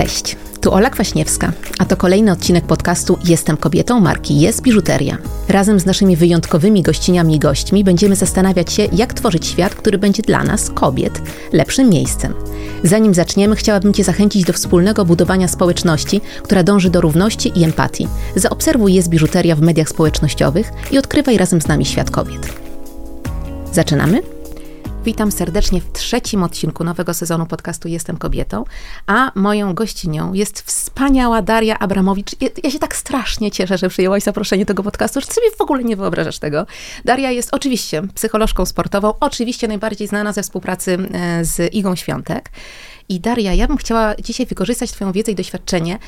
Cześć, tu Ola Kwaśniewska, a to kolejny odcinek podcastu Jestem kobietą marki Jest Biżuteria. Razem z naszymi wyjątkowymi gościniami i gośćmi będziemy zastanawiać się, jak tworzyć świat, który będzie dla nas, kobiet, lepszym miejscem. Zanim zaczniemy, chciałabym Cię zachęcić do wspólnego budowania społeczności, która dąży do równości i empatii. Zaobserwuj Jest Biżuteria w mediach społecznościowych i odkrywaj razem z nami świat kobiet. Zaczynamy? Witam serdecznie w trzecim odcinku nowego sezonu podcastu Jestem kobietą, a moją gościnią jest wspaniała Daria Abramowicz. Ja się tak strasznie cieszę, że przyjęłaś zaproszenie do tego podcastu, że sobie w ogóle nie wyobrażasz tego. Daria jest oczywiście psycholożką sportową, oczywiście najbardziej znana ze współpracy z Igą Świątek. I Daria, ja bym chciała dzisiaj wykorzystać Twoją wiedzę i doświadczenie,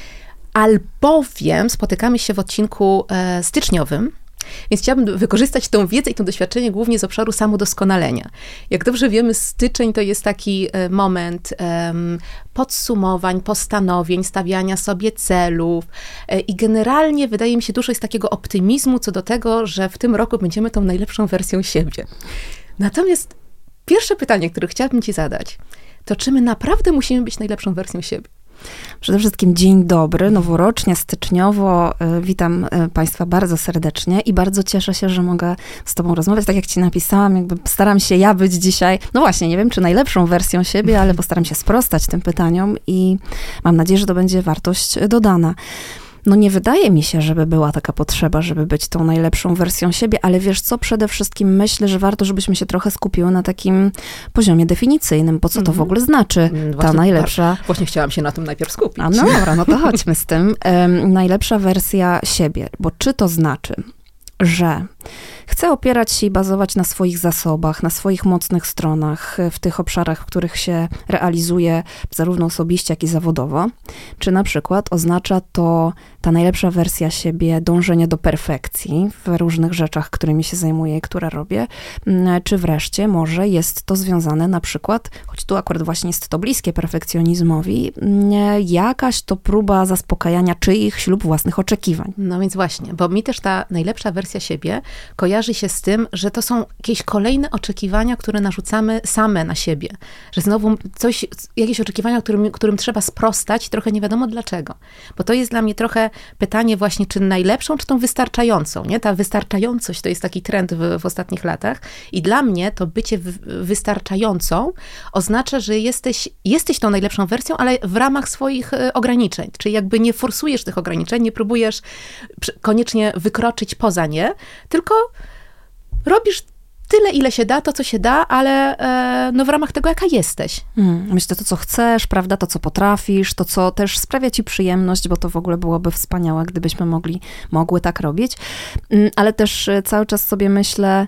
albowiem spotykamy się w odcinku styczniowym, więc chciałabym wykorzystać tą wiedzę i to doświadczenie głównie z obszaru samodoskonalenia. Jak dobrze wiemy, styczeń to jest taki moment podsumowań, postanowień, stawiania sobie celów i generalnie wydaje mi się dużo jest takiego optymizmu co do tego, że w tym roku będziemy tą najlepszą wersją siebie. Natomiast pierwsze pytanie, które chciałabym Ci zadać, to czy my naprawdę musimy być najlepszą wersją siebie? Przede wszystkim dzień dobry, noworocznie, styczniowo. Witam Państwa bardzo serdecznie i bardzo cieszę się, że mogę z Tobą rozmawiać. Tak jak Ci napisałam, jakby staram się ja być dzisiaj, no właśnie, nie wiem, czy najlepszą wersją siebie, ale postaram się sprostać tym pytaniom i mam nadzieję, że to będzie wartość dodana. No nie wydaje mi się, żeby była taka potrzeba, żeby być tą najlepszą wersją siebie, ale wiesz co, przede wszystkim myślę, że warto, żebyśmy się trochę skupiły na takim poziomie definicyjnym, po co to w ogóle znaczy ta najlepsza... Właśnie chciałam się na tym najpierw skupić. A no dobra, no to chodźmy z tym. Najlepsza wersja siebie, bo czy to znaczy, że chcę opierać się i bazować na swoich zasobach, na swoich mocnych stronach, w tych obszarach, w których się realizuję zarówno osobiście, jak i zawodowo. Czy na przykład oznacza to ta najlepsza wersja siebie, dążenie do perfekcji w różnych rzeczach, którymi się zajmuję i które robię. Czy wreszcie może jest to związane na przykład, choć tu akurat właśnie jest to bliskie perfekcjonizmowi, jakaś to próba zaspokajania czyichś lub własnych oczekiwań. No więc właśnie, bo mi też ta najlepsza wersja siebie kojarzy się z tym, że to są jakieś kolejne oczekiwania, które narzucamy same na siebie. Że znowu jakieś oczekiwania, którym trzeba sprostać, trochę nie wiadomo dlaczego. Bo to jest dla mnie trochę pytanie właśnie, czy najlepszą, czy tą wystarczającą, nie? Ta wystarczającość to jest taki trend w ostatnich latach i dla mnie to bycie wystarczającą oznacza, że jesteś tą najlepszą wersją, ale w ramach swoich ograniczeń. Czyli jakby nie forsujesz tych ograniczeń, nie próbujesz koniecznie wykroczyć poza nie, tylko robisz tyle, ile się da, to, co się da, ale no w ramach tego, jaka jesteś. Myślę, to, co chcesz, prawda, to, co potrafisz, to, co też sprawia ci przyjemność, bo to w ogóle byłoby wspaniałe, gdybyśmy mogły tak robić. Ale też cały czas sobie myślę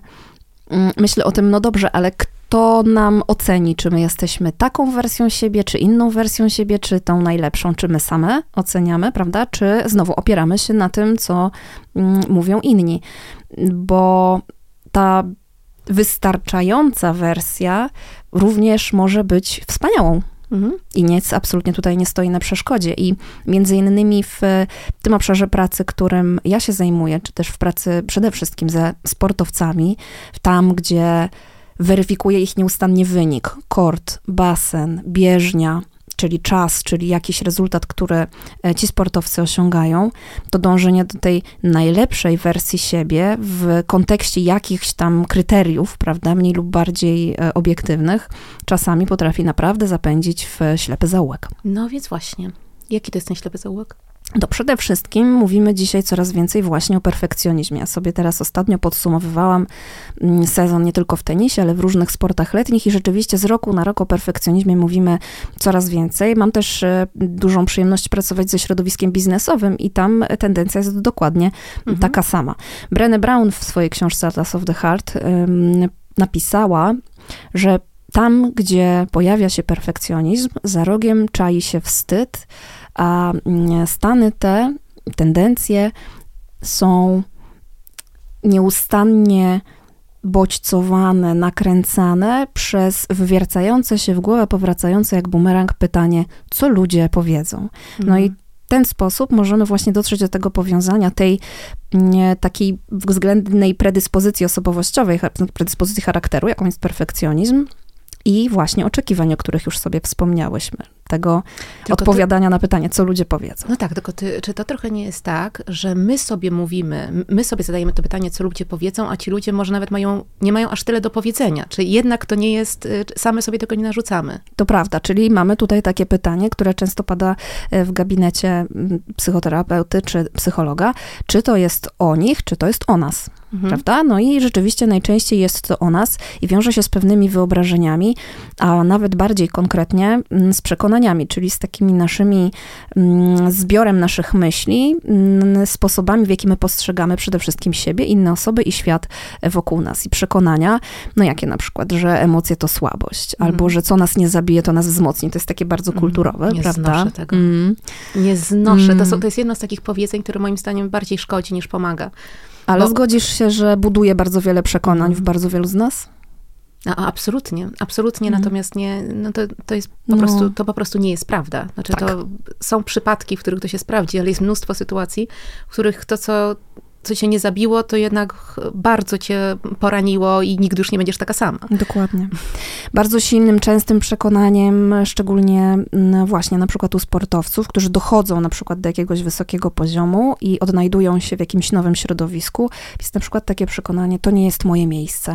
o tym, no dobrze, ale kto nam oceni, czy my jesteśmy taką wersją siebie, czy inną wersją siebie, czy tą najlepszą, czy my same oceniamy, prawda, czy znowu opieramy się na tym, co mówią inni. Bo ta wystarczająca wersja również może być wspaniałą. I nic absolutnie tutaj nie stoi na przeszkodzie. I między innymi w tym obszarze pracy, którym ja się zajmuję, czy też w pracy przede wszystkim ze sportowcami, tam, gdzie weryfikuję ich nieustannie wynik, kort, basen, bieżnia, czyli czas, czyli jakiś rezultat, który ci sportowcy osiągają, to dążenie do tej najlepszej wersji siebie w kontekście jakichś tam kryteriów, prawda, mniej lub bardziej obiektywnych, czasami potrafi naprawdę zapędzić w ślepy zaułek. No więc właśnie. Jaki to jest ten ślepy zaułek? To przede wszystkim mówimy dzisiaj coraz więcej właśnie o perfekcjonizmie. Ja sobie teraz ostatnio podsumowywałam sezon nie tylko w tenisie, ale w różnych sportach letnich i rzeczywiście z roku na rok o perfekcjonizmie mówimy coraz więcej. Mam też dużą przyjemność pracować ze środowiskiem biznesowym i tam tendencja jest dokładnie taka sama. Brené Brown w swojej książce Atlas of the Heart napisała, że tam, gdzie pojawia się perfekcjonizm, za rogiem czai się wstyd, a stany te, tendencje są nieustannie bodźcowane, nakręcane przez wywiercające się w głowę, powracające jak bumerang pytanie, co ludzie powiedzą. No i w ten sposób możemy właśnie dotrzeć do tego powiązania tej takiej względnej predyspozycji osobowościowej, predyspozycji charakteru, jaką jest perfekcjonizm, i właśnie oczekiwań, o których już sobie wspomniałyśmy. tego odpowiadania na pytanie, co ludzie powiedzą. No tak, tylko czy to trochę nie jest tak, że my sobie mówimy, my sobie zadajemy to pytanie, co ludzie powiedzą, a ci ludzie może nawet nie mają aż tyle do powiedzenia. Czyli jednak to nie jest, same sobie tego nie narzucamy. To prawda, czyli mamy tutaj takie pytanie, które często pada w gabinecie psychoterapeuty czy psychologa, czy to jest o nich, czy to jest o nas. Prawda? No i rzeczywiście najczęściej jest to o nas i wiąże się z pewnymi wyobrażeniami, a nawet bardziej konkretnie z przekonaniami, czyli z takimi naszymi zbiorem naszych myśli, sposobami, w jaki my postrzegamy przede wszystkim siebie, inne osoby i świat wokół nas. I przekonania, no jakie na przykład, że emocje to słabość, albo że co nas nie zabije, to nas wzmocni. To jest takie bardzo kulturowe, nie prawda? Znoszę tego. Nie znoszę. To jest jedno z takich powiedzeń, które moim zdaniem bardziej szkodzi niż pomaga. Ale zgodzisz się, że buduje bardzo wiele przekonań w bardzo wielu z nas? Absolutnie, natomiast nie, to jest po prostu nie jest prawda. Znaczy to są przypadki, w których to się sprawdzi, ale jest mnóstwo sytuacji, w których to, co cię nie zabiło, to jednak bardzo cię poraniło i nigdy już nie będziesz taka sama. Dokładnie. Bardzo silnym, częstym przekonaniem, szczególnie właśnie na przykład u sportowców, którzy dochodzą na przykład do jakiegoś wysokiego poziomu i odnajdują się w jakimś nowym środowisku, jest na przykład takie przekonanie, to nie jest moje miejsce.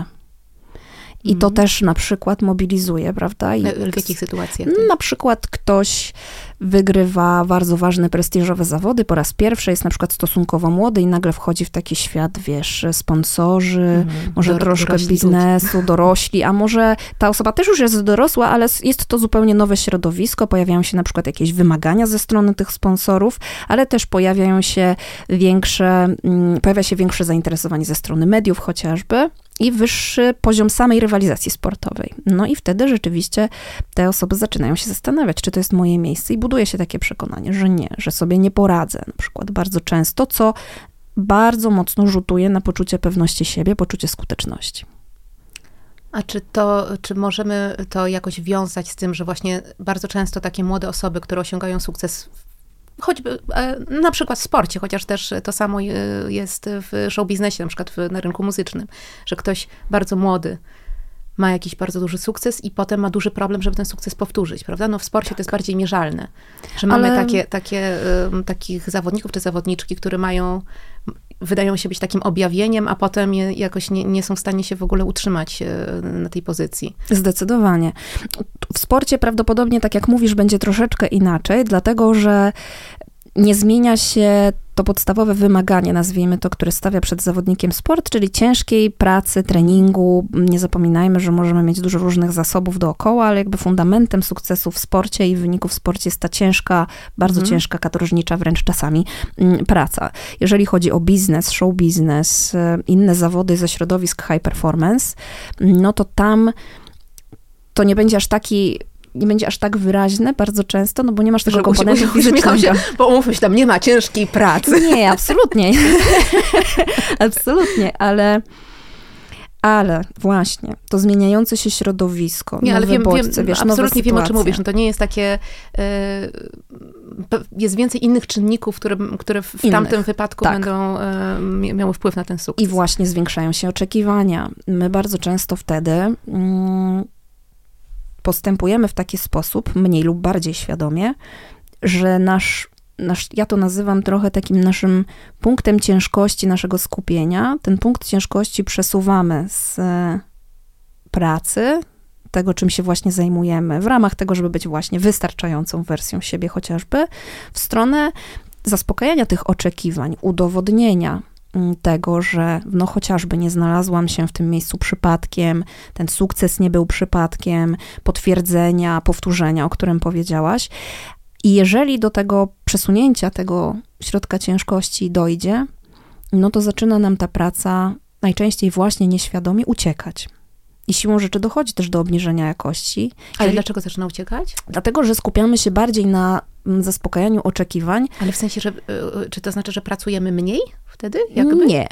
I to też na przykład mobilizuje, prawda? W jakich sytuacjach? Na przykład ktoś wygrywa bardzo ważne, prestiżowe zawody po raz pierwszy, jest na przykład stosunkowo młody i nagle wchodzi w taki świat, wiesz, sponsorzy, może troszkę biznesu, dorośli, a może ta osoba też już jest dorosła, ale jest to zupełnie nowe środowisko, pojawiają się na przykład jakieś wymagania ze strony tych sponsorów, ale też pojawia się większe zainteresowanie ze strony mediów chociażby i wyższy poziom samej rywalizacji sportowej. No i wtedy rzeczywiście te osoby zaczynają się zastanawiać, czy to jest moje miejsce i buduje się takie przekonanie, że nie, że sobie nie poradzę na przykład bardzo często, co bardzo mocno rzutuje na poczucie pewności siebie, poczucie skuteczności. A czy możemy to jakoś wiązać z tym, że właśnie bardzo często takie młode osoby, które osiągają sukces choćby na przykład w sporcie, chociaż też to samo jest w show biznesie, na przykład na rynku muzycznym, że ktoś bardzo młody ma jakiś bardzo duży sukces i potem ma duży problem, żeby ten sukces powtórzyć, prawda? No w sporcie to jest bardziej mierzalne, że mamy takich zawodników czy zawodniczki, które wydają się być takim objawieniem, a potem jakoś nie są w stanie się w ogóle utrzymać na tej pozycji. Zdecydowanie. W sporcie prawdopodobnie, tak jak mówisz, będzie troszeczkę inaczej, dlatego że nie zmienia się to podstawowe wymaganie, nazwijmy to, które stawia przed zawodnikiem sport, czyli ciężkiej pracy, treningu. Nie zapominajmy, że możemy mieć dużo różnych zasobów dookoła, ale jakby fundamentem sukcesu w sporcie i wyników w sporcie jest ta ciężka, bardzo ciężka, katorżnicza wręcz czasami praca. Jeżeli chodzi o biznes, show biznes, inne zawody ze środowisk high performance, no to tam to nie będzie aż tak wyraźne bardzo często, no bo nie masz tego komponentu fizycznego. Bo umówmy się, tam nie ma ciężkiej pracy. Nie, absolutnie. Absolutnie, ale właśnie, to zmieniające się środowisko, nowe bodźce, wiesz, absolutnie wiem, o czym mówisz. No to nie jest takie, jest więcej innych czynników, które w tamtym wypadku będą miały wpływ na ten sukces. I właśnie zwiększają się oczekiwania. My bardzo często wtedy postępujemy w taki sposób, mniej lub bardziej świadomie, że ja to nazywam trochę takim naszym punktem ciężkości naszego skupienia. Ten punkt ciężkości przesuwamy z pracy, tego, czym się właśnie zajmujemy, w ramach tego, żeby być właśnie wystarczającą wersją siebie chociażby, w stronę zaspokajania tych oczekiwań, udowodnienia tego, że no chociażby nie znalazłam się w tym miejscu przypadkiem, ten sukces nie był przypadkiem, potwierdzenia, powtórzenia, o którym powiedziałaś. I jeżeli do tego przesunięcia tego środka ciężkości dojdzie, no to zaczyna nam ta praca najczęściej właśnie nieświadomie uciekać. I siłą rzeczy dochodzi też do obniżenia jakości. Ale dlaczego zaczyna uciekać? Dlatego, że skupiamy się bardziej na zaspokajaniu oczekiwań. Ale w sensie, że czy to znaczy, że pracujemy mniej wtedy? Jakby? Nie,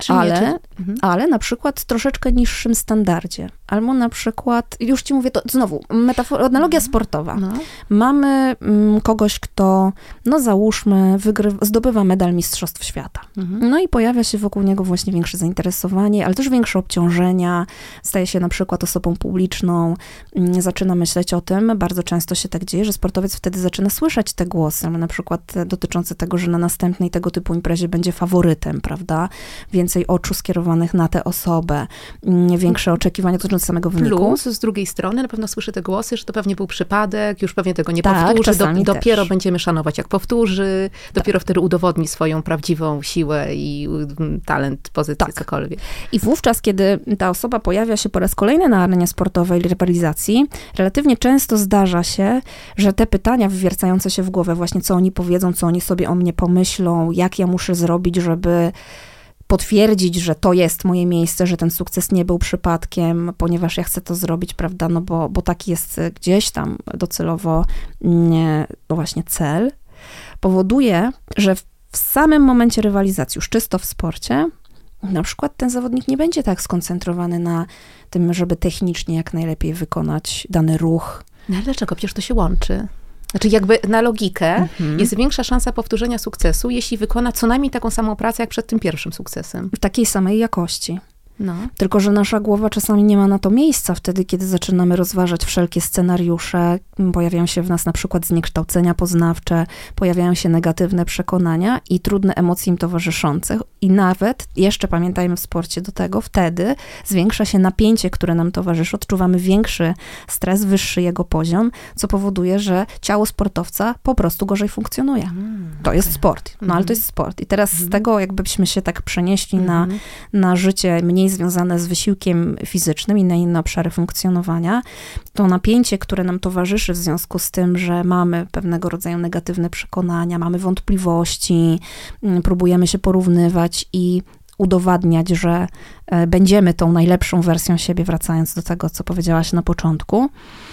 ale na przykład troszeczkę niższym standardzie. Albo na przykład, już ci mówię, to znowu, analogia sportowa. No. Mamy kogoś, kto, no załóżmy, zdobywa medal Mistrzostw Świata. No i pojawia się wokół niego właśnie większe zainteresowanie, ale też większe obciążenia. Staje się na przykład osobą publiczną, zaczyna myśleć o tym. Bardzo często się tak dzieje, że sportowiec wtedy zaczyna słyszeć te głosy, na przykład dotyczące tego, że na następnej tego typu imprezie będzie faworytem, prawda? Więcej oczu skierowanych na tę osobę, większe oczekiwania dotyczące samego wyniku. Plus, z drugiej strony na pewno słyszy te głosy, że to pewnie był przypadek, już pewnie tego nie powtórzy, dopiero będziemy szanować, jak powtórzy, dopiero wtedy udowodni swoją prawdziwą siłę i talent, pozycję, cokolwiek. I wówczas, kiedy ta osoba pojawia się po raz kolejny na arenie sportowej rywalizacji, relatywnie często zdarza się, że te pytania wywiercające się w głowę, właśnie co oni powiedzą, co oni sobie o mnie pomyślą, jak ja muszę zrobić, żeby potwierdzić, że to jest moje miejsce, że ten sukces nie był przypadkiem, ponieważ ja chcę to zrobić, prawda, no bo taki jest gdzieś tam docelowo właśnie cel, powoduje, że w samym momencie rywalizacji, już czysto w sporcie, na przykład ten zawodnik nie będzie tak skoncentrowany na tym, żeby technicznie jak najlepiej wykonać dany ruch. No ale dlaczego? Przecież to się łączy. Znaczy jakby na logikę jest większa szansa powtórzenia sukcesu, jeśli wykona co najmniej taką samą pracę, jak przed tym pierwszym sukcesem. W takiej samej jakości. No. Tylko że nasza głowa czasami nie ma na to miejsca wtedy, kiedy zaczynamy rozważać wszelkie scenariusze, pojawiają się w nas na przykład zniekształcenia poznawcze, pojawiają się negatywne przekonania i trudne emocje im towarzyszące. I nawet, jeszcze pamiętajmy w sporcie do tego, wtedy zwiększa się napięcie, które nam towarzyszy, odczuwamy większy stres, wyższy jego poziom, co powoduje, że ciało sportowca po prostu gorzej funkcjonuje. To jest sport, no ale to jest sport. I teraz z tego jakbyśmy się tak przenieśli na życie mniej związane z wysiłkiem fizycznym i na inne obszary funkcjonowania, to napięcie, które nam towarzyszy w związku z tym, że mamy pewnego rodzaju negatywne przekonania, mamy wątpliwości, próbujemy się porównywać i udowadniać, że będziemy tą najlepszą wersją siebie, wracając do tego, co powiedziałaś na początku,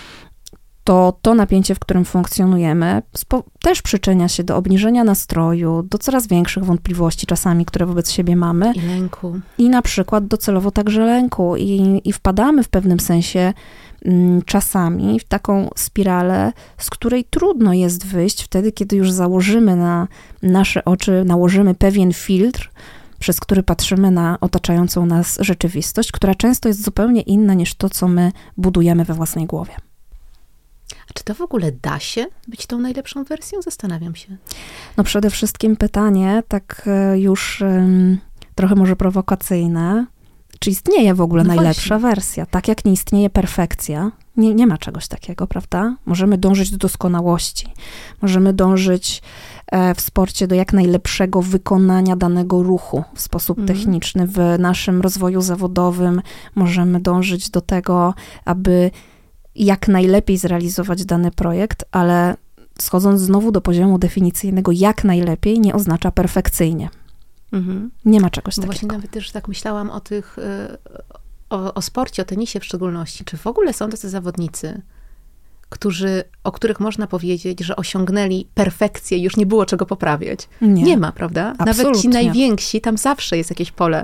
to napięcie, w którym funkcjonujemy, też przyczynia się do obniżenia nastroju, do coraz większych wątpliwości czasami, które wobec siebie mamy. I lęku. I na przykład docelowo także lęku. I wpadamy w pewnym sensie czasami w taką spiralę, z której trudno jest wyjść wtedy, kiedy już założymy na nasze oczy, nałożymy pewien filtr, przez który patrzymy na otaczającą nas rzeczywistość, która często jest zupełnie inna niż to, co my budujemy we własnej głowie. A czy to w ogóle da się być tą najlepszą wersją? Zastanawiam się. No przede wszystkim pytanie, tak już trochę może prowokacyjne, czy istnieje w ogóle najlepsza wersja? Tak jak nie istnieje perfekcja, nie ma czegoś takiego, prawda? Możemy dążyć do doskonałości, możemy dążyć w sporcie do jak najlepszego wykonania danego ruchu w sposób techniczny. W naszym rozwoju zawodowym możemy dążyć do tego, aby jak najlepiej zrealizować dany projekt, ale schodząc znowu do poziomu definicyjnego, jak najlepiej nie oznacza perfekcyjnie. Nie ma czegoś takiego. Właśnie nawet też tak myślałam o tych, o sporcie, o tenisie w szczególności. Czy w ogóle są tacy zawodnicy, o których można powiedzieć, że osiągnęli perfekcję i już nie było czego poprawiać? Nie ma, prawda? Absolutnie. Nawet ci najwięksi, tam zawsze jest jakieś pole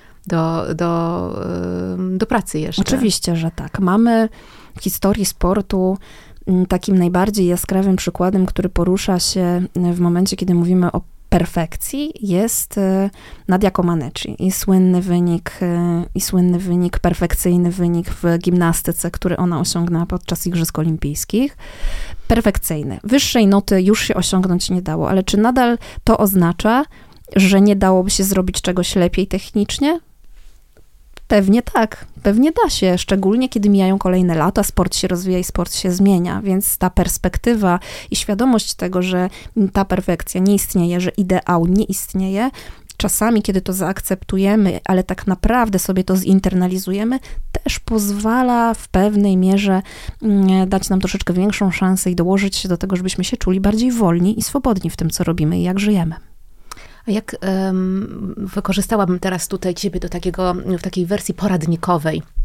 do pracy jeszcze. Oczywiście, że tak. Mamy w historii sportu takim najbardziej jaskrawym przykładem, który porusza się w momencie, kiedy mówimy o perfekcji, jest Nadia Comaneci i słynny wynik, perfekcyjny wynik w gimnastyce, który ona osiągnęła podczas Igrzysk Olimpijskich. Perfekcyjny. Wyższej noty już się osiągnąć nie dało, ale czy nadal to oznacza, że nie dałoby się zrobić czegoś lepiej technicznie? Pewnie tak, pewnie da się, szczególnie kiedy mijają kolejne lata, sport się rozwija i sport się zmienia, więc ta perspektywa i świadomość tego, że ta perfekcja nie istnieje, że ideał nie istnieje, czasami, kiedy to zaakceptujemy, ale tak naprawdę sobie to zinternalizujemy, też pozwala w pewnej mierze dać nam troszeczkę większą szansę i dołożyć się do tego, żebyśmy się czuli bardziej wolni i swobodni w tym, co robimy i jak żyjemy. A jak wykorzystałabym teraz tutaj ciebie w takiej wersji poradnikowej,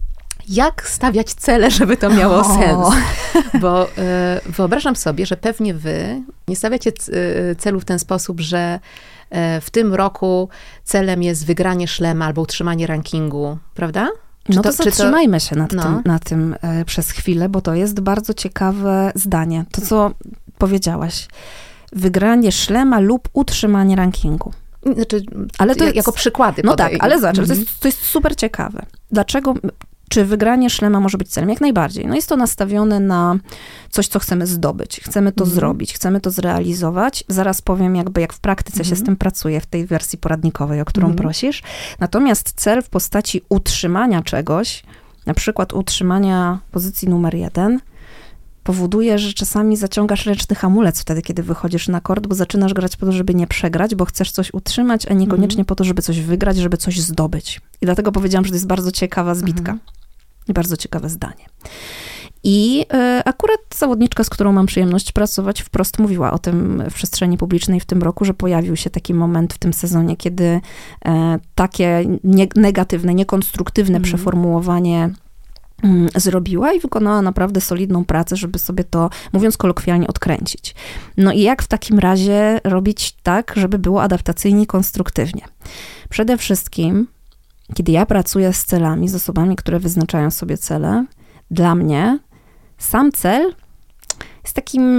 jak stawiać cele, żeby to miało sens. Bo wyobrażam sobie, że pewnie wy nie stawiacie celu w ten sposób, że w tym roku celem jest wygranie szlema albo utrzymanie rankingu, prawda? Zatrzymajmy się nad tym przez chwilę, bo to jest bardzo ciekawe zdanie. To, co powiedziałaś. Wygranie szlema lub utrzymanie rankingu. Znaczy, ale to jako przykłady podaję. Tak, ale zobacz, to jest super ciekawe. Dlaczego, czy wygranie szlema może być celem? Jak najbardziej. No jest to nastawione na coś, co chcemy zdobyć. Chcemy to zrobić, chcemy to zrealizować. Zaraz powiem jak w praktyce się z tym pracuje w tej wersji poradnikowej, o którą prosisz. Natomiast cel w postaci utrzymania czegoś, na przykład utrzymania pozycji numer 1, powoduje, że czasami zaciągasz ręczny hamulec wtedy, kiedy wychodzisz na kort, bo zaczynasz grać po to, żeby nie przegrać, bo chcesz coś utrzymać, a niekoniecznie po to, żeby coś wygrać, żeby coś zdobyć. I dlatego powiedziałam, że to jest bardzo ciekawa zbitka i bardzo ciekawe zdanie. I akurat zawodniczka, z którą mam przyjemność pracować, wprost mówiła o tym w przestrzeni publicznej w tym roku, że pojawił się taki moment w tym sezonie, kiedy takie negatywne, niekonstruktywne przeformułowanie zrobiła i wykonała naprawdę solidną pracę, żeby sobie to, mówiąc kolokwialnie, odkręcić. No i jak w takim razie robić tak, żeby było adaptacyjnie i konstruktywnie? Przede wszystkim, kiedy ja pracuję z celami, z osobami, które wyznaczają sobie cele, dla mnie sam cel jest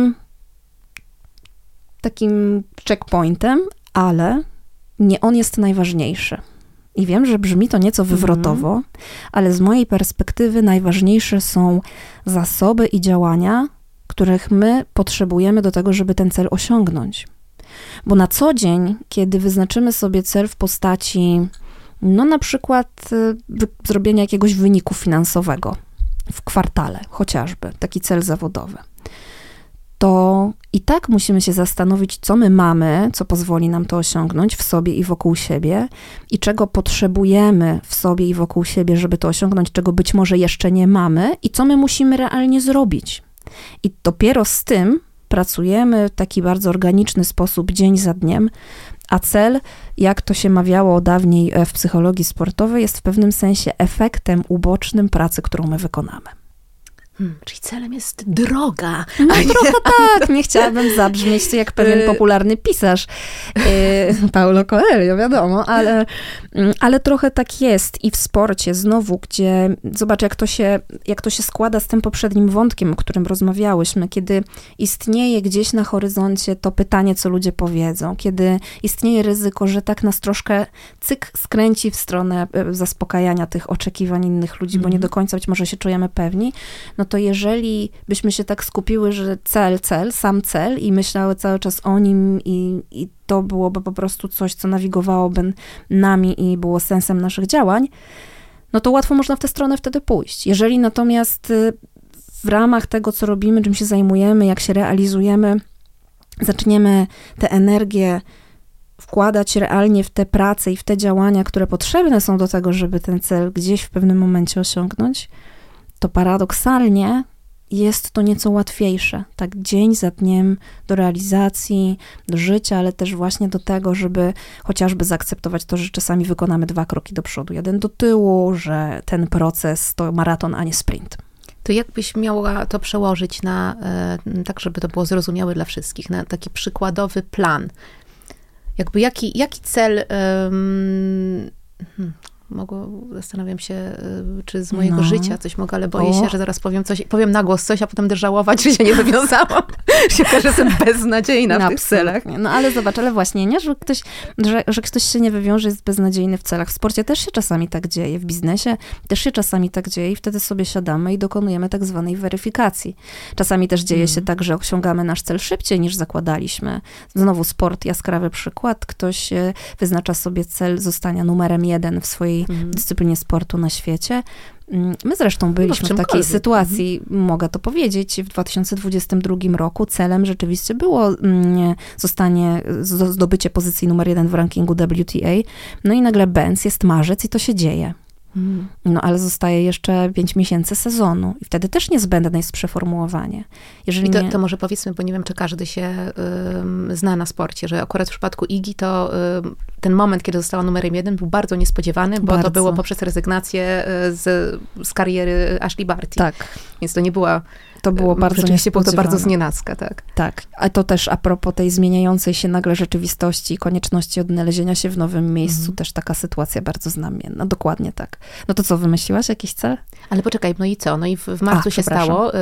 takim checkpointem, ale nie on jest najważniejszy. I wiem, że brzmi to nieco wywrotowo, ale z mojej perspektywy najważniejsze są zasoby i działania, których my potrzebujemy do tego, żeby ten cel osiągnąć. Bo na co dzień, kiedy wyznaczymy sobie cel w postaci, no na przykład zrobienia jakiegoś wyniku finansowego w kwartale, chociażby, taki cel zawodowy, to i tak musimy się zastanowić, co my mamy, co pozwoli nam to osiągnąć w sobie i wokół siebie i czego potrzebujemy w sobie i wokół siebie, żeby to osiągnąć, czego być może jeszcze nie mamy i co my musimy realnie zrobić. I dopiero z tym pracujemy w taki bardzo organiczny sposób, dzień za dniem, a cel, jak to się mawiało dawniej w psychologii sportowej, jest w pewnym sensie efektem ubocznym pracy, którą my wykonamy. Czyli celem jest droga. No trochę tak, nie chciałabym zabrzmieć jak pewien popularny pisarz, Paulo Coelho, wiadomo, ale trochę tak jest i w sporcie znowu, gdzie zobacz, jak to się składa z tym poprzednim wątkiem, o którym rozmawiałyśmy, kiedy istnieje gdzieś na horyzoncie to pytanie, co ludzie powiedzą, kiedy istnieje ryzyko, że tak nas troszkę skręci w stronę zaspokajania tych oczekiwań innych ludzi, bo nie do końca być może się czujemy pewni, no to jeżeli byśmy się tak skupiły, że sam cel i myślały cały czas o nim i to byłoby po prostu coś, co nawigowałoby nami i było sensem naszych działań, no to łatwo można w tę stronę wtedy pójść. Jeżeli natomiast w ramach tego, co robimy, czym się zajmujemy, jak się realizujemy, zaczniemy tę energię wkładać realnie w te prace i w te działania, które potrzebne są do tego, żeby ten cel gdzieś w pewnym momencie osiągnąć, to paradoksalnie jest to nieco łatwiejsze, tak dzień za dniem do realizacji, do życia, ale też właśnie do tego, żeby chociażby zaakceptować to, że czasami wykonamy 2 kroki do przodu, 1 do tyłu, że ten proces to maraton, a nie sprint. To jakbyś miała to przełożyć na, tak żeby to było zrozumiałe dla wszystkich, na taki przykładowy plan? Jakby jaki cel... Zastanawiam się, czy z mojego życia coś mogę, ale boję się, że zaraz powiem na głos coś, a potem będę żałować, że się nie wywiązałam. Się okaże, że jestem beznadziejna w tych celach. No ale zobacz, ale właśnie, nie? Że ktoś się nie wywiąże, jest beznadziejny w celach. W sporcie też się czasami tak dzieje, w biznesie też się czasami tak dzieje i wtedy sobie siadamy i dokonujemy tak zwanej weryfikacji. Czasami też dzieje się tak, że osiągamy nasz cel szybciej niż zakładaliśmy. Znowu sport, jaskrawy przykład. Ktoś wyznacza sobie cel zostania numerem 1 w swojej dyscyplinie sportu na świecie. My zresztą byliśmy w takiej sytuacji, mogę to powiedzieć, w 2022 roku celem rzeczywiście było zdobycie pozycji numer 1 w rankingu WTA. No i nagle bęc, jest marzec i to się dzieje. No ale zostaje jeszcze 5 miesięcy sezonu i wtedy też niezbędne jest przeformułowanie. Jeżeli to może powiedzmy, bo nie wiem, czy każdy się zna na sporcie, że akurat w przypadku Igi to ten moment, kiedy została numerem 1 był bardzo niespodziewany, bo to było poprzez rezygnację z kariery Ashley Barty. Tak. Więc to nie była... To było bardzo rzeczywiście było to bardzo znienacka, tak. Tak, a to też a propos tej zmieniającej się nagle rzeczywistości i konieczności odnalezienia się w nowym miejscu, też taka sytuacja bardzo znamienna. Dokładnie tak. No to co, wymyśliłaś jakiś cel? Ale poczekaj, no i co? No i w marcu się stało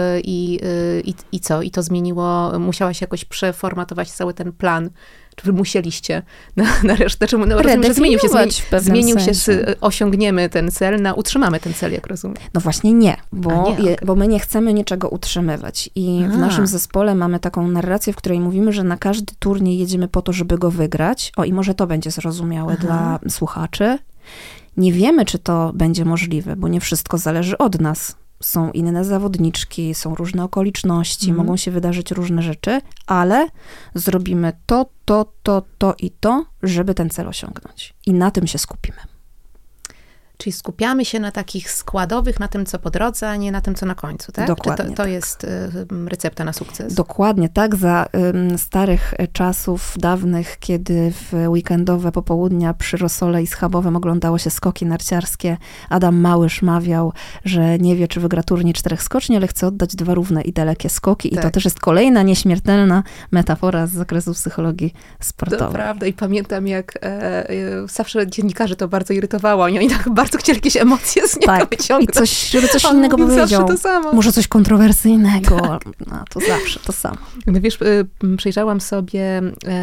i co? I to zmieniło, musiałaś jakoś przeformatować cały ten plan, czy musieliście na resztę? Rozumiem, że zmienił się osiągniemy ten cel na utrzymamy ten cel, jak rozumiem. No właśnie nie, bo my nie chcemy niczego utrzymywać. I w naszym zespole mamy taką narrację, w której mówimy, że na każdy turniej jedziemy po to, żeby go wygrać. I może to będzie zrozumiałe dla słuchaczy. Nie wiemy, czy to będzie możliwe, bo nie wszystko zależy od nas. Są inne zawodniczki, są różne okoliczności, mogą się wydarzyć różne rzeczy, ale zrobimy to i to, żeby ten cel osiągnąć. I na tym się skupimy. Czyli skupiamy się na takich składowych, na tym, co po drodze, a nie na tym, co na końcu, tak? Dokładnie. To jest recepta na sukces. Dokładnie tak. Za starych czasów dawnych, kiedy w weekendowe popołudnia przy Rosole i Schabowem oglądało się skoki narciarskie, Adam Małysz mawiał, że nie wie, czy wygra turniej 4 skoczni, ale chce oddać 2 równe i dalekie skoki. Tak. I to też jest kolejna nieśmiertelna metafora z zakresu psychologii sportowej. To prawda. I pamiętam, jak zawsze dziennikarzy to bardzo irytowało. Oni tak bardzo chcieli jakieś emocje z niego wyciągnąć. I żeby coś innego powiedział. To samo. Może coś kontrowersyjnego. Tak. No, to zawsze to samo. No wiesz, przejrzałam sobie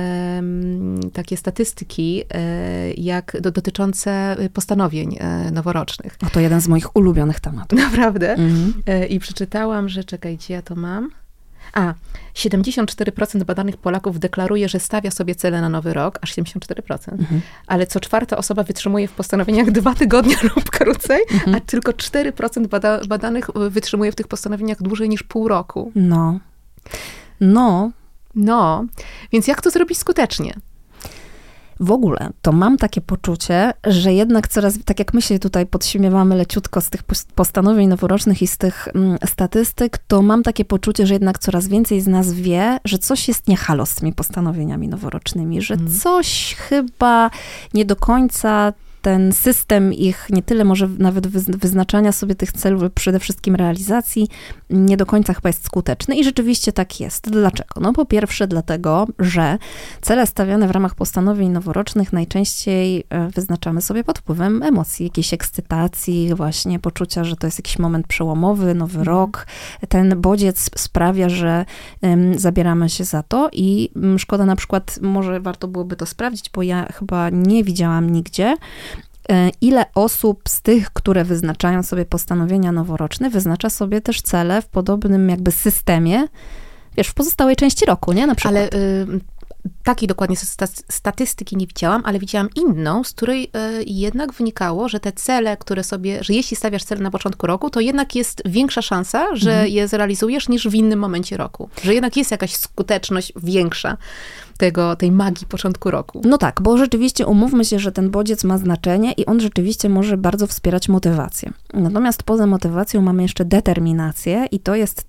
takie statystyki dotyczące postanowień noworocznych. To jeden z moich ulubionych tematów. Naprawdę? I przeczytałam, że czekaj, gdzie ja to mam? 74% badanych Polaków deklaruje, że stawia sobie cele na nowy rok, aż 74%. Ale co 4. osoba wytrzymuje w postanowieniach 2 tygodnie lub krócej, a tylko 4% badanych wytrzymuje w tych postanowieniach dłużej niż pół roku. No, więc jak to zrobić skutecznie? W ogóle to mam takie poczucie, że jednak coraz, tak jak my się tutaj podśmiewamy leciutko z tych postanowień noworocznych i z tych statystyk, to mam takie poczucie, że jednak coraz więcej z nas wie, że coś jest nie halo z tymi postanowieniami noworocznymi, że coś chyba nie do końca ten system ich, nie tyle może nawet wyznaczania sobie tych celów, przede wszystkim realizacji, nie do końca chyba jest skuteczny i rzeczywiście tak jest. Dlaczego? No po pierwsze dlatego, że cele stawiane w ramach postanowień noworocznych najczęściej wyznaczamy sobie pod wpływem emocji, jakiejś ekscytacji, właśnie poczucia, że to jest jakiś moment przełomowy, nowy rok. Ten bodziec sprawia, że zabieramy się za to i szkoda na przykład, może warto byłoby to sprawdzić, bo ja chyba nie widziałam nigdzie, ile osób z tych, które wyznaczają sobie postanowienia noworoczne, wyznacza sobie też cele w podobnym jakby systemie, wiesz, w pozostałej części roku, nie? Na przykład. Ale takiej dokładnie statystyki nie widziałam, ale widziałam inną, z której jednak wynikało, że te cele, że jeśli stawiasz cel na początku roku, to jednak jest większa szansa, że je zrealizujesz niż w innym momencie roku. Że jednak jest jakaś skuteczność większa tej magii początku roku. No tak, bo rzeczywiście umówmy się, że ten bodziec ma znaczenie i on rzeczywiście może bardzo wspierać motywację. Natomiast poza motywacją mamy jeszcze determinację i to jest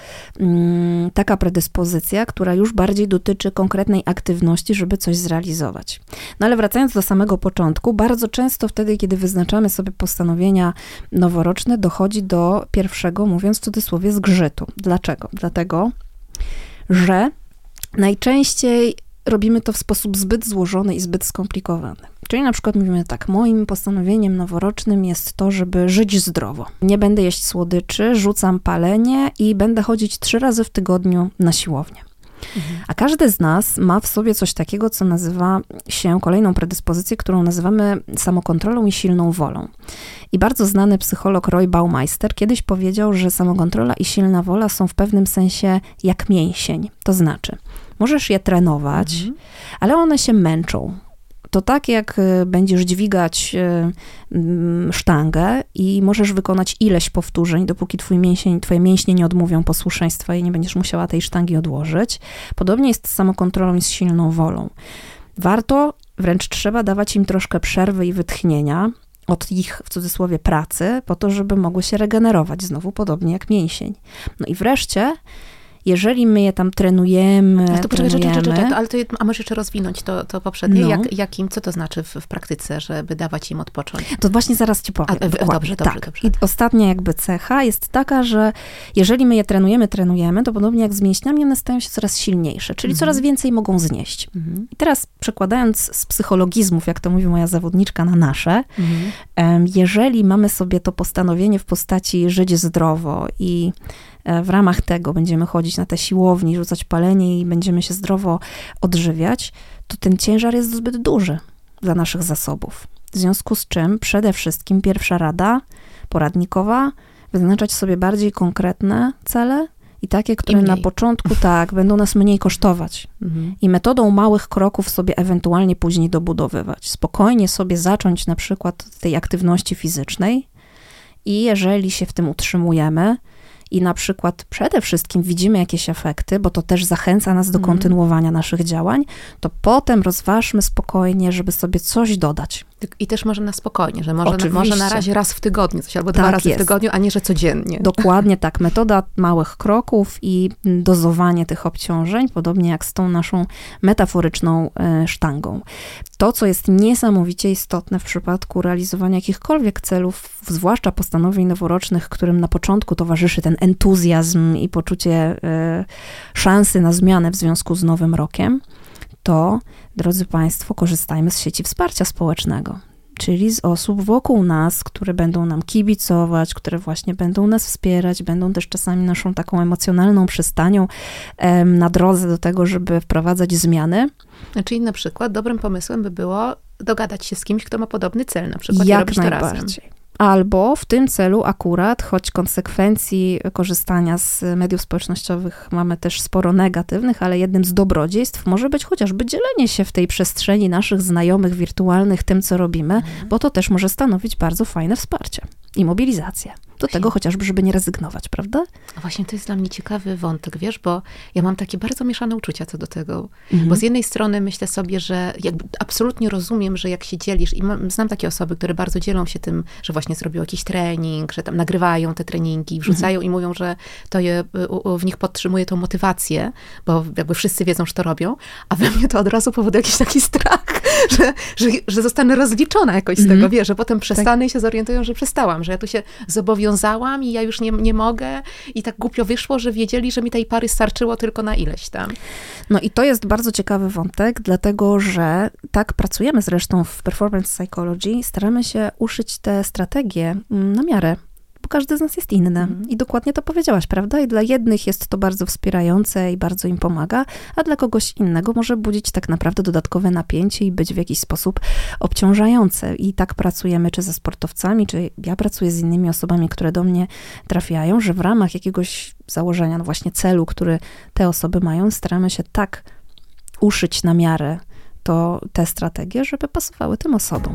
taka predyspozycja, która już bardziej dotyczy konkretnej aktywności, żeby coś zrealizować. No ale wracając do samego początku, bardzo często wtedy, kiedy wyznaczamy sobie postanowienia noworoczne, dochodzi do pierwszego, mówiąc w cudzysłowie, zgrzytu. Dlaczego? Dlatego, że najczęściej robimy to w sposób zbyt złożony i zbyt skomplikowany. Czyli na przykład mówimy tak, moim postanowieniem noworocznym jest to, żeby żyć zdrowo. Nie będę jeść słodyczy, rzucam palenie i będę chodzić 3 razy w tygodniu na siłownię. A każdy z nas ma w sobie coś takiego, co nazywa się kolejną predyspozycję, którą nazywamy samokontrolą i silną wolą. I bardzo znany psycholog Roy Baumeister kiedyś powiedział, że samokontrola i silna wola są w pewnym sensie jak mięsień. To znaczy, możesz je trenować, ale one się męczą. To tak jak będziesz dźwigać sztangę i możesz wykonać ileś powtórzeń, dopóki twoje mięśnie nie odmówią posłuszeństwa i nie będziesz musiała tej sztangi odłożyć. Podobnie jest z samokontrolą i z silną wolą. Warto, wręcz trzeba dawać im troszkę przerwy i wytchnienia, od ich, w cudzysłowie, pracy, po to, żeby mogły się regenerować, znowu podobnie jak mięsień. No i wreszcie, jeżeli my je tam trenujemy, a możesz jeszcze rozwinąć to poprzednie? No. Co to znaczy w praktyce, żeby dawać im odpocząć? To właśnie zaraz ci powiem. Dobrze. I ostatnia jakby cecha jest taka, że jeżeli my je trenujemy, to podobnie jak z mięśniami, one stają się coraz silniejsze, czyli coraz więcej mogą znieść. I teraz przekładając z psychologizmów, jak to mówi moja zawodniczka, na nasze, jeżeli mamy sobie to postanowienie w postaci żyć zdrowo i w ramach tego będziemy chodzić na te siłowni, rzucać palenie i będziemy się zdrowo odżywiać, to ten ciężar jest zbyt duży dla naszych zasobów. W związku z czym przede wszystkim pierwsza rada poradnikowa, wyznaczać sobie bardziej konkretne cele i takie, które na początku będą nas mniej kosztować. I metodą małych kroków sobie ewentualnie później dobudowywać. Spokojnie sobie zacząć na przykład od tej aktywności fizycznej i jeżeli się w tym utrzymujemy, i na przykład przede wszystkim widzimy jakieś efekty, bo to też zachęca nas do kontynuowania naszych działań, to potem rozważmy spokojnie, żeby sobie coś dodać. I też może na spokojnie, że może na razie raz w tygodniu coś, albo 2 razy w tygodniu, a nie, że codziennie. Dokładnie tak. Metoda małych kroków i dozowanie tych obciążeń, podobnie jak z tą naszą metaforyczną sztangą. To, co jest niesamowicie istotne w przypadku realizowania jakichkolwiek celów, zwłaszcza postanowień noworocznych, którym na początku towarzyszy ten entuzjazm i poczucie szansy na zmianę w związku z nowym rokiem, to, drodzy Państwo, korzystajmy z sieci wsparcia społecznego, czyli z osób wokół nas, które będą nam kibicować, które właśnie będą nas wspierać, będą też czasami naszą taką emocjonalną przystanią na drodze do tego, żeby wprowadzać zmiany. Czyli na przykład dobrym pomysłem by było dogadać się z kimś, kto ma podobny cel, na przykład i robić to razem. Albo w tym celu akurat, choć konsekwencji korzystania z mediów społecznościowych mamy też sporo negatywnych, ale jednym z dobrodziejstw może być chociażby dzielenie się w tej przestrzeni naszych znajomych wirtualnych tym, co robimy, bo to też może stanowić bardzo fajne wsparcie i mobilizację. Do tego chociażby, żeby nie rezygnować, prawda? A właśnie to jest dla mnie ciekawy wątek, wiesz, bo ja mam takie bardzo mieszane uczucia co do tego. Bo z jednej strony myślę sobie, że jakby absolutnie rozumiem, że jak się dzielisz i znam takie osoby, które bardzo dzielą się tym, że właśnie zrobią jakiś trening, że tam nagrywają te treningi, wrzucają i mówią, że to w nich podtrzymuje tą motywację, bo jakby wszyscy wiedzą, że to robią, a we mnie to od razu powoduje jakiś taki strach, że zostanę rozliczona jakoś z tego, wiesz, że potem przestanę i się zorientują, że przestałam, że ja tu się zobowiązałam i ja już nie mogę i tak głupio wyszło, że wiedzieli, że mi tej pary starczyło tylko na ileś tam. No i to jest bardzo ciekawy wątek, dlatego że tak pracujemy zresztą w Performance Psychology, staramy się uszyć te strategie na miarę, bo każdy z nas jest inny. I dokładnie to powiedziałaś, prawda? I dla jednych jest to bardzo wspierające i bardzo im pomaga, a dla kogoś innego może budzić tak naprawdę dodatkowe napięcie i być w jakiś sposób obciążające. I tak pracujemy czy ze sportowcami, czy ja pracuję z innymi osobami, które do mnie trafiają, że w ramach jakiegoś założenia, no właśnie celu, który te osoby mają, staramy się tak uszyć na miarę te strategie, żeby pasowały tym osobom.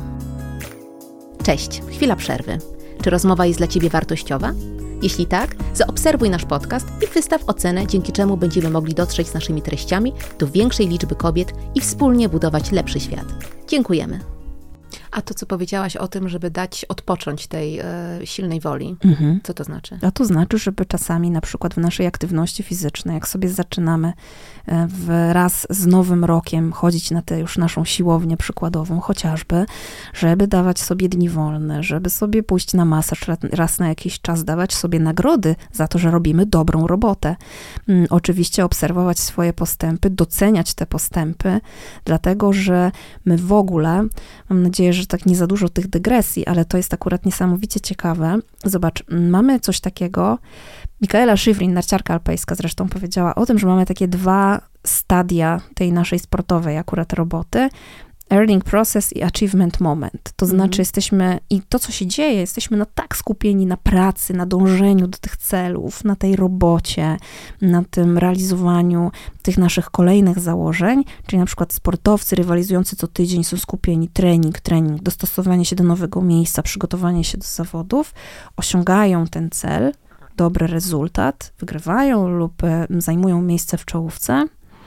Cześć, chwila przerwy. Czy rozmowa jest dla Ciebie wartościowa? Jeśli tak, zaobserwuj nasz podcast i wystaw ocenę, dzięki czemu będziemy mogli dotrzeć z naszymi treściami do większej liczby kobiet i wspólnie budować lepszy świat. Dziękujemy. A to, co powiedziałaś o tym, żeby dać odpocząć tej silnej woli, co to znaczy? A to znaczy, żeby czasami na przykład w naszej aktywności fizycznej, jak sobie zaczynamy wraz z nowym rokiem chodzić na tę już naszą siłownię przykładową chociażby, żeby dawać sobie dni wolne, żeby sobie pójść na masaż raz na jakiś czas, dawać sobie nagrody za to, że robimy dobrą robotę. Oczywiście obserwować swoje postępy, doceniać te postępy, dlatego, że my w ogóle, mam nadzieję, że tak nie za dużo tych dygresji, ale to jest akurat niesamowicie ciekawe. Zobacz, mamy coś takiego, Mikaela Shiffrin, narciarka alpejska zresztą powiedziała o tym, że mamy takie 2 stadia tej naszej sportowej akurat roboty. Earning process i achievement moment. To znaczy jesteśmy, i to co się dzieje, jesteśmy tak skupieni na pracy, na dążeniu do tych celów, na tej robocie, na tym realizowaniu tych naszych kolejnych założeń, czyli na przykład sportowcy rywalizujący co tydzień są skupieni trening, dostosowanie się do nowego miejsca, przygotowanie się do zawodów, osiągają ten cel, dobry rezultat, wygrywają lub zajmują miejsce w czołówce.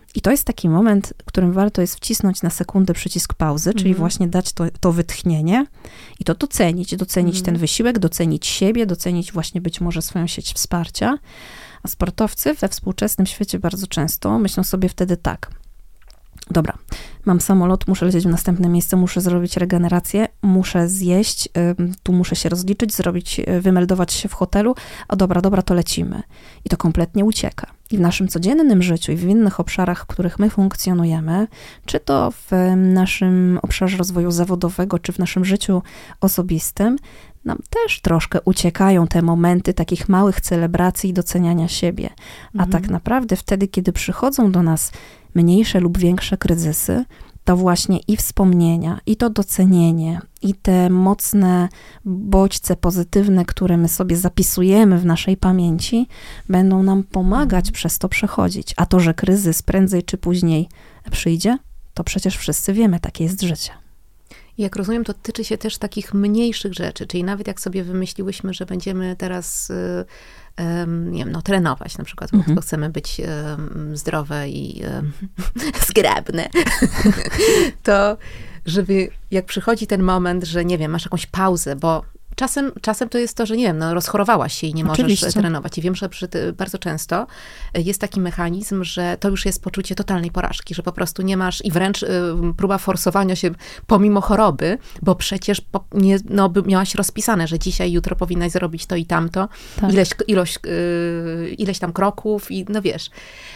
I to jest taki moment, w którym warto jest wcisnąć na sekundę przycisk pauzy, czyli właśnie dać to wytchnienie i to docenić ten wysiłek, docenić siebie, docenić właśnie być może swoją sieć wsparcia. A sportowcy we współczesnym świecie bardzo często myślą sobie wtedy tak: dobra, mam samolot, muszę lecieć w następne miejsce, muszę zrobić regenerację, muszę zjeść, tu muszę się rozliczyć, wymeldować się w hotelu, a dobra, to lecimy. I to kompletnie ucieka. I w naszym codziennym życiu i w innych obszarach, w których my funkcjonujemy, czy to w naszym obszarze rozwoju zawodowego, czy w naszym życiu osobistym, nam też troszkę uciekają te momenty takich małych celebracji i doceniania siebie. A tak naprawdę wtedy, kiedy przychodzą do nas mniejsze lub większe kryzysy, to właśnie i wspomnienia, i to docenienie, i te mocne bodźce pozytywne, które my sobie zapisujemy w naszej pamięci, będą nam pomagać przez to przechodzić. A to, że kryzys prędzej czy później przyjdzie, to przecież wszyscy wiemy, takie jest życie. Jak rozumiem, to tyczy się też takich mniejszych rzeczy, czyli nawet jak sobie wymyśliłyśmy, że będziemy teraz nie wiem, trenować na przykład, bo chcemy być zdrowe i zgrabne, to żeby jak przychodzi ten moment, że nie wiem, masz jakąś pauzę, bo czasem to jest to, że nie wiem, rozchorowałaś się i nie możesz trenować. I wiem, że bardzo często jest taki mechanizm, że to już jest poczucie totalnej porażki, że po prostu nie masz i wręcz próba forsowania się pomimo choroby, bo przecież miałaś rozpisane, że dzisiaj, jutro powinnaś zrobić to i tamto, tak. ileś tam kroków i no wiesz.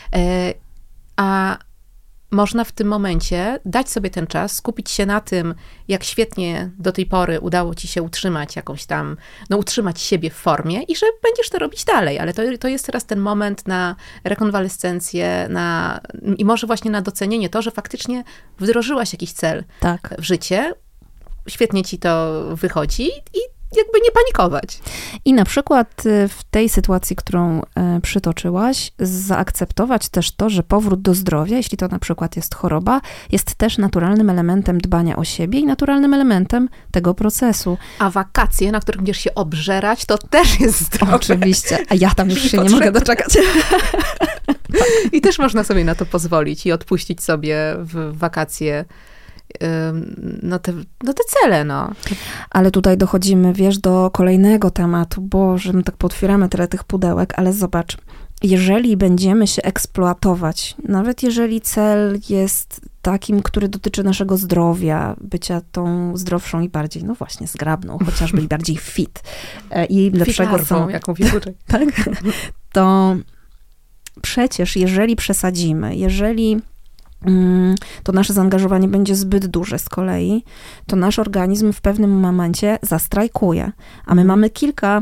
A można w tym momencie dać sobie ten czas, skupić się na tym, jak świetnie do tej pory udało ci się utrzymać jakąś tam, utrzymać siebie w formie i że będziesz to robić dalej, ale to jest teraz ten moment na rekonwalescencję, i może właśnie na docenienie to, że faktycznie wdrożyłaś jakiś cel w życie, świetnie ci to wychodzi i jakby nie panikować. I na przykład w tej sytuacji, którą przytoczyłaś, zaakceptować też to, że powrót do zdrowia, jeśli to na przykład jest choroba, jest też naturalnym elementem dbania o siebie i naturalnym elementem tego procesu. A wakacje, na których będziesz się obżerać, to też jest zdrowe. Oczywiście, a ja tam już się nie mogę doczekać. I też można sobie na to pozwolić i odpuścić sobie w wakacje te cele, Ale tutaj dochodzimy, wiesz, do kolejnego tematu, Boże, my tak potwieramy tyle tych pudełek, ale zobacz, jeżeli będziemy się eksploatować, nawet jeżeli cel jest takim, który dotyczy naszego zdrowia, bycia tą zdrowszą i bardziej, właśnie, zgrabną, chociażby i bardziej fit i lepszego są, jak mówi Buczek. Tak? To przecież, jeżeli przesadzimy, jeżeli to nasze zaangażowanie będzie zbyt duże z kolei, to nasz organizm w pewnym momencie zastrajkuje. A my mamy kilka,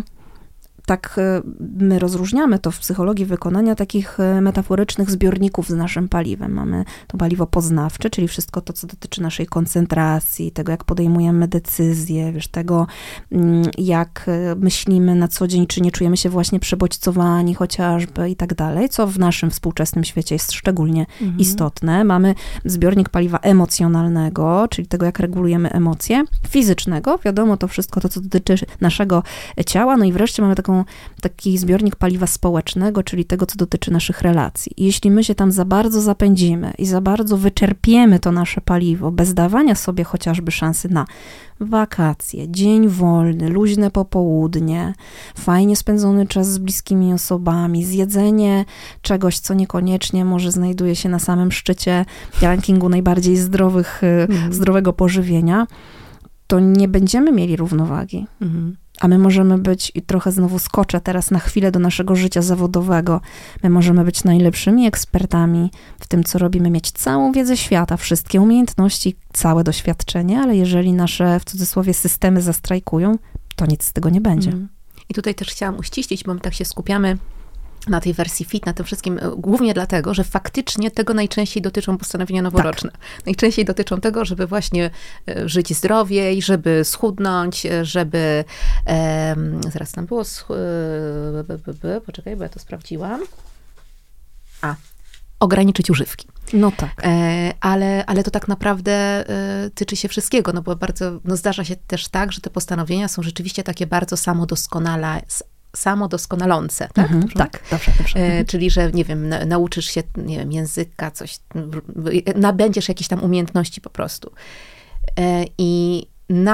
my rozróżniamy to w psychologii wykonania, takich metaforycznych zbiorników z naszym paliwem. Mamy to paliwo poznawcze, czyli wszystko to, co dotyczy naszej koncentracji, tego, jak podejmujemy decyzje, wiesz, tego, jak myślimy na co dzień, czy nie czujemy się właśnie przebodźcowani chociażby i tak dalej, co w naszym współczesnym świecie jest szczególnie istotne. Mamy zbiornik paliwa emocjonalnego, czyli tego, jak regulujemy emocje, fizycznego, wiadomo, to wszystko to, co dotyczy naszego ciała, i wreszcie mamy taki zbiornik paliwa społecznego, czyli tego, co dotyczy naszych relacji. I jeśli my się tam za bardzo zapędzimy i za bardzo wyczerpiemy to nasze paliwo, bez dawania sobie chociażby szansy na wakacje, dzień wolny, luźne popołudnie, fajnie spędzony czas z bliskimi osobami, zjedzenie czegoś, co niekoniecznie może znajduje się na samym szczycie rankingu najbardziej zdrowego pożywienia, to nie będziemy mieli równowagi. A my możemy być, i trochę znowu skoczę teraz na chwilę do naszego życia zawodowego, my możemy być najlepszymi ekspertami w tym, co robimy, mieć całą wiedzę świata, wszystkie umiejętności, całe doświadczenie, ale jeżeli nasze, w cudzysłowie, systemy zastrajkują, to nic z tego nie będzie. I tutaj też chciałam uściślić, bo my tak się skupiamy na tej wersji fit, na tym wszystkim, głównie dlatego, że faktycznie tego najczęściej dotyczą postanowienia noworoczne. Tak. Najczęściej dotyczą tego, żeby właśnie żyć zdrowiej, żeby schudnąć, żeby zaraz tam było poczekaj, bo ja to sprawdziłam. Ograniczyć używki. Tak. Ale to tak naprawdę tyczy się wszystkiego, bo bardzo, zdarza się też tak, że te postanowienia są rzeczywiście takie bardzo samodoskonale samodoskonalące, tak? Tak, dobrze. Czyli, że nie wiem, nauczysz się, nie wiem, języka, coś, nabędziesz jakieś tam umiejętności po prostu. I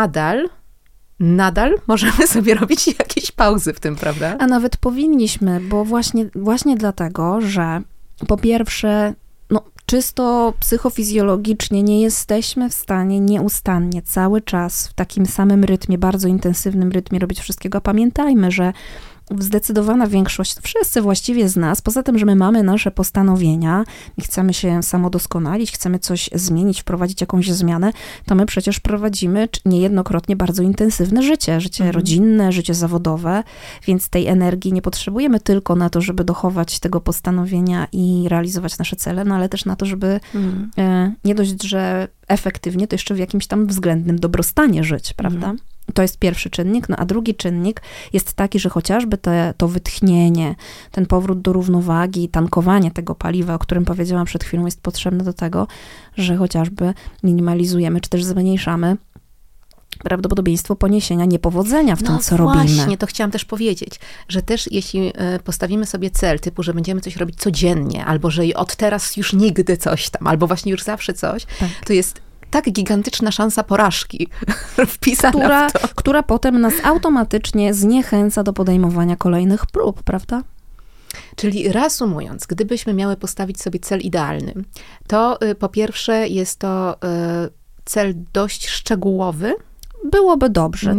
nadal możemy sobie robić jakieś pauzy w tym, prawda? A nawet powinniśmy, bo właśnie dlatego, że po pierwsze, czysto psychofizjologicznie nie jesteśmy w stanie nieustannie cały czas w takim samym rytmie, bardzo intensywnym rytmie robić wszystkiego. Pamiętajmy, że zdecydowana większość, wszyscy właściwie z nas, poza tym, że my mamy nasze postanowienia i chcemy się samodoskonalić, chcemy coś zmienić, wprowadzić jakąś zmianę, to my przecież prowadzimy niejednokrotnie bardzo intensywne życie rodzinne, życie zawodowe, więc tej energii nie potrzebujemy tylko na to, żeby dochować tego postanowienia i realizować nasze cele, ale też na to, żeby nie dość, że efektywnie, to jeszcze w jakimś tam względnym dobrostanie żyć, prawda? To jest pierwszy czynnik, a drugi czynnik jest taki, że chociażby to wytchnienie, ten powrót do równowagi, tankowanie tego paliwa, o którym powiedziałam przed chwilą, jest potrzebne do tego, że chociażby minimalizujemy, czy też zmniejszamy prawdopodobieństwo poniesienia niepowodzenia w tym, co robimy. Właśnie, to chciałam też powiedzieć, że też jeśli postawimy sobie cel typu, że będziemy coś robić codziennie, albo że od teraz już nigdy coś tam, albo właśnie już zawsze coś, to jest tak gigantyczna szansa porażki wpisana w to. Która potem nas automatycznie zniechęca do podejmowania kolejnych prób, prawda? Czyli reasumując, gdybyśmy miały postawić sobie cel idealny, to po pierwsze jest to cel dość szczegółowy. Byłoby dobrze.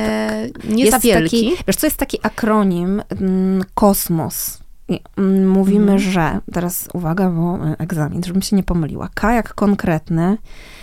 Nie za wielki. Wiesz, co jest taki akronim KOSMOS. Mówimy, że, teraz uwaga, bo egzamin, żebym się nie pomyliła. K jak konkretny,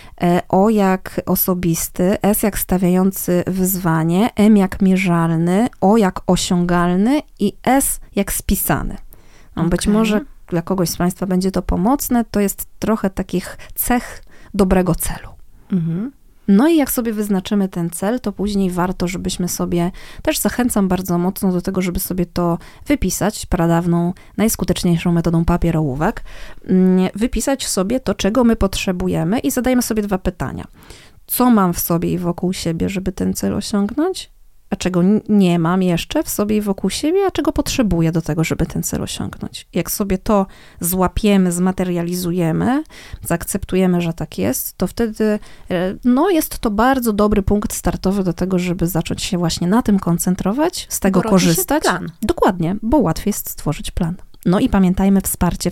O jak osobisty, S jak stawiający wyzwanie, M jak mierzalny, O jak osiągalny i S jak spisany. Być może dla kogoś z Państwa będzie to pomocne, to jest trochę takich cech dobrego celu. No i jak sobie wyznaczymy ten cel, to później warto, żebyśmy sobie, też zachęcam bardzo mocno do tego, żeby sobie to wypisać, pradawną, najskuteczniejszą metodą papierołówek, wypisać sobie to, czego my potrzebujemy i zadajmy sobie 2 pytania. Co mam w sobie i wokół siebie, żeby ten cel osiągnąć? A czego nie mam jeszcze w sobie i wokół siebie, a czego potrzebuję do tego, żeby ten cel osiągnąć. Jak sobie to złapiemy, zmaterializujemy, zaakceptujemy, że tak jest, to wtedy jest to bardzo dobry punkt startowy do tego, żeby zacząć się właśnie na tym koncentrować, z tego korzystać. Plan. Dokładnie, bo łatwiej jest stworzyć plan. No i pamiętajmy, wsparcie.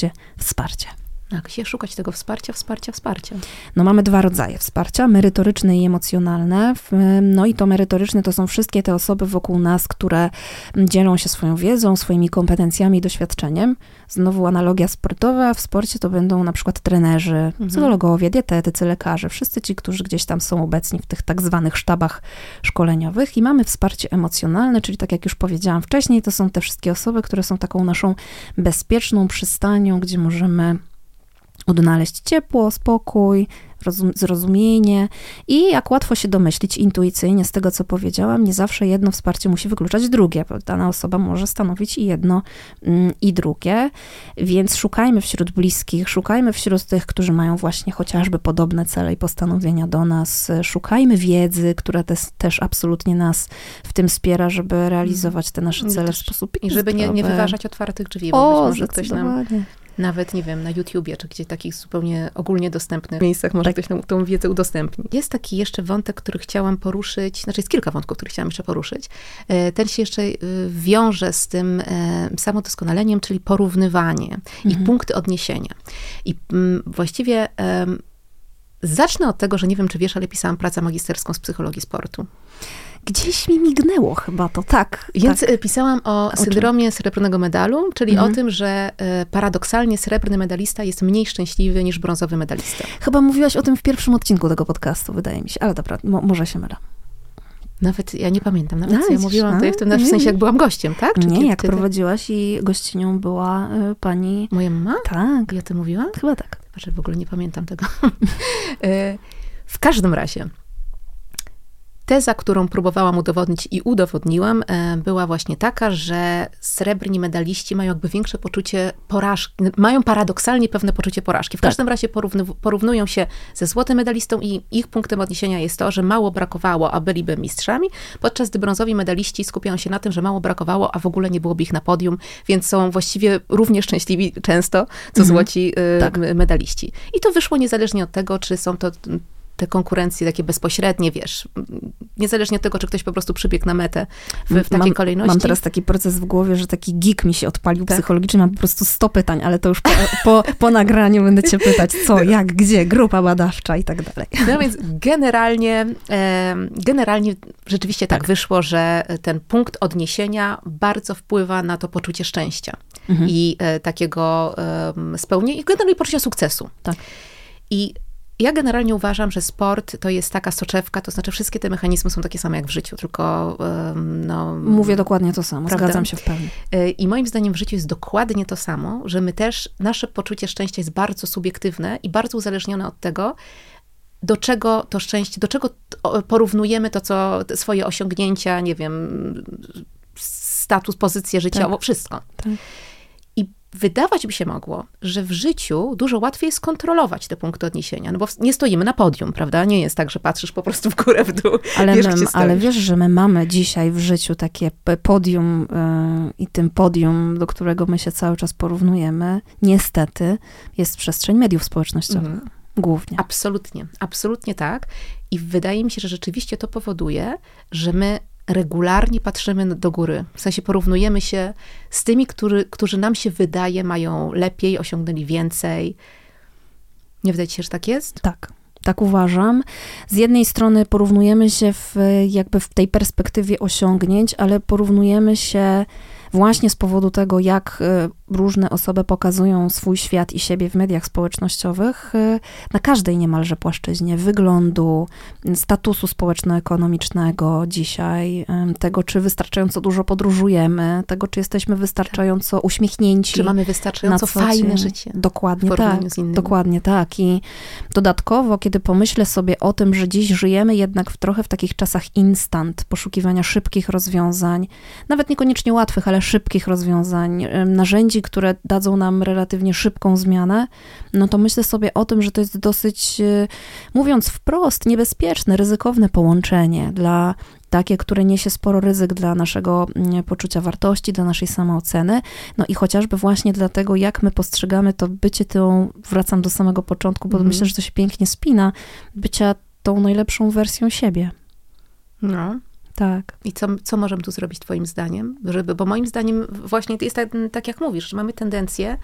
A gdzie szukać tego wsparcia? Mamy 2 rodzaje wsparcia, merytoryczne i emocjonalne. No i to merytoryczne to są wszystkie te osoby wokół nas, które dzielą się swoją wiedzą, swoimi kompetencjami i doświadczeniem. Znowu analogia sportowa. W sporcie to będą na przykład trenerzy, psychologowie, dietetycy, lekarze. Wszyscy ci, którzy gdzieś tam są obecni w tych tak zwanych sztabach szkoleniowych. I mamy wsparcie emocjonalne, czyli tak jak już powiedziałam wcześniej, to są te wszystkie osoby, które są taką naszą bezpieczną przystanią, gdzie możemy odnaleźć ciepło, spokój, zrozumienie i jak łatwo się domyślić intuicyjnie z tego, co powiedziałam, nie zawsze jedno wsparcie musi wykluczać drugie, bo dana osoba może stanowić i jedno, i drugie, więc szukajmy wśród bliskich, szukajmy wśród tych, którzy mają właśnie chociażby podobne cele i postanowienia do nas, szukajmy wiedzy, która też absolutnie nas w tym wspiera, żeby realizować te nasze cele w sposób i żeby nie wyważać otwartych drzwi, bo być może ktoś nam nawet, nie wiem, na YouTubie, czy gdzieś takich zupełnie ogólnie dostępnych miejscach może ktoś nam tą wiedzę udostępni. Jest taki jeszcze wątek, który chciałam poruszyć, jest kilka wątków, które chciałam jeszcze poruszyć. Ten się jeszcze wiąże z tym samodoskonaleniem, czyli porównywanie i punkty odniesienia. I właściwie zacznę od tego, że nie wiem, czy wiesz, ale pisałam pracę magisterską z psychologii sportu. Gdzieś mi mignęło chyba to, tak. Więc pisałam o syndromie srebrnego medalu, czyli o tym, że paradoksalnie srebrny medalista jest mniej szczęśliwy niż brązowy medalista. Chyba mówiłaś o tym w pierwszym odcinku tego podcastu, wydaje mi się, ale dobra, może się mylę. Nawet, ja nie pamiętam, co ja mówiłam, to w tym sensie, jak byłam gościem, tak? Czy nie, jak prowadziłaś i gościnią była pani... Moja mama? Tak. I o tym mówiłam? Chyba tak. W ogóle nie pamiętam tego. W każdym razie, teza, którą próbowałam udowodnić i udowodniłam, była właśnie taka, że srebrni medaliści mają jakby większe poczucie porażki, mają paradoksalnie pewne poczucie porażki. W każdym razie porównują się ze złotym medalistą i ich punktem odniesienia jest to, że mało brakowało, a byliby mistrzami, podczas gdy brązowi medaliści skupiają się na tym, że mało brakowało, a w ogóle nie byłoby ich na podium, więc są właściwie równie szczęśliwi często, co złoci medaliści. I to wyszło niezależnie od tego, czy są to te konkurencje takie bezpośrednie, wiesz, niezależnie od tego, czy ktoś po prostu przybiegł na metę w takiej kolejności. Mam teraz taki proces w głowie, że taki geek mi się odpalił psychologicznie, mam po prostu 100 pytań, ale to już po nagraniu będę cię pytać, co, jak, gdzie, grupa badawcza i tak dalej. No więc generalnie rzeczywiście tak wyszło, że ten punkt odniesienia bardzo wpływa na to poczucie szczęścia i takiego spełnienia i generalnie poczucia sukcesu. Tak. I ja generalnie uważam, że sport to jest taka soczewka, to znaczy wszystkie te mechanizmy są takie same jak w życiu, tylko Mówię dokładnie to samo, prawda? Zgadzam się w pełni. I moim zdaniem w życiu jest dokładnie to samo, że my też, nasze poczucie szczęścia jest bardzo subiektywne i bardzo uzależnione od tego, do czego to szczęście, do czego porównujemy to, co swoje osiągnięcia, nie wiem, status, pozycję życiową, wszystko. Tak. Wydawać by się mogło, że w życiu dużo łatwiej jest kontrolować te punkty odniesienia, no bo nie stoimy na podium, prawda? Nie jest tak, że patrzysz po prostu w górę, w dół. Ale wiesz, że my mamy dzisiaj w życiu takie podium i tym podium, do którego my się cały czas porównujemy, niestety jest przestrzeń mediów społecznościowych. Głównie. Absolutnie tak. I wydaje mi się, że rzeczywiście to powoduje, że my regularnie patrzymy do góry. W sensie porównujemy się z tymi, którzy nam się wydaje mają lepiej, osiągnęli więcej. Nie wydaje ci się, że tak jest? Tak uważam. Z jednej strony porównujemy się jakby w tej perspektywie osiągnięć, ale porównujemy się właśnie z powodu tego, jak różne osoby pokazują swój świat i siebie w mediach społecznościowych na każdej niemalże płaszczyźnie wyglądu, statusu społeczno-ekonomicznego dzisiaj, tego, czy wystarczająco dużo podróżujemy, tego, czy jesteśmy wystarczająco uśmiechnięci. Czy mamy wystarczająco fajne życie. Dokładnie tak. I dodatkowo, kiedy pomyślę sobie o tym, że dziś żyjemy jednak trochę w takich czasach instant, poszukiwania szybkich rozwiązań, nawet niekoniecznie łatwych, ale szybkich rozwiązań, narzędzi, które dadzą nam relatywnie szybką zmianę, no to myślę sobie o tym, że to jest dosyć, mówiąc wprost, niebezpieczne, ryzykowne połączenie takie, które niesie sporo ryzyk dla naszego poczucia wartości, dla naszej samooceny, no i chociażby właśnie dlatego, jak my postrzegamy to bycie wracam do samego początku, bo myślę, że to się pięknie spina, bycia tą najlepszą wersją siebie. No. Tak. I co możemy tu zrobić twoim zdaniem? Bo moim zdaniem właśnie jest tak jak mówisz, że mamy tendencję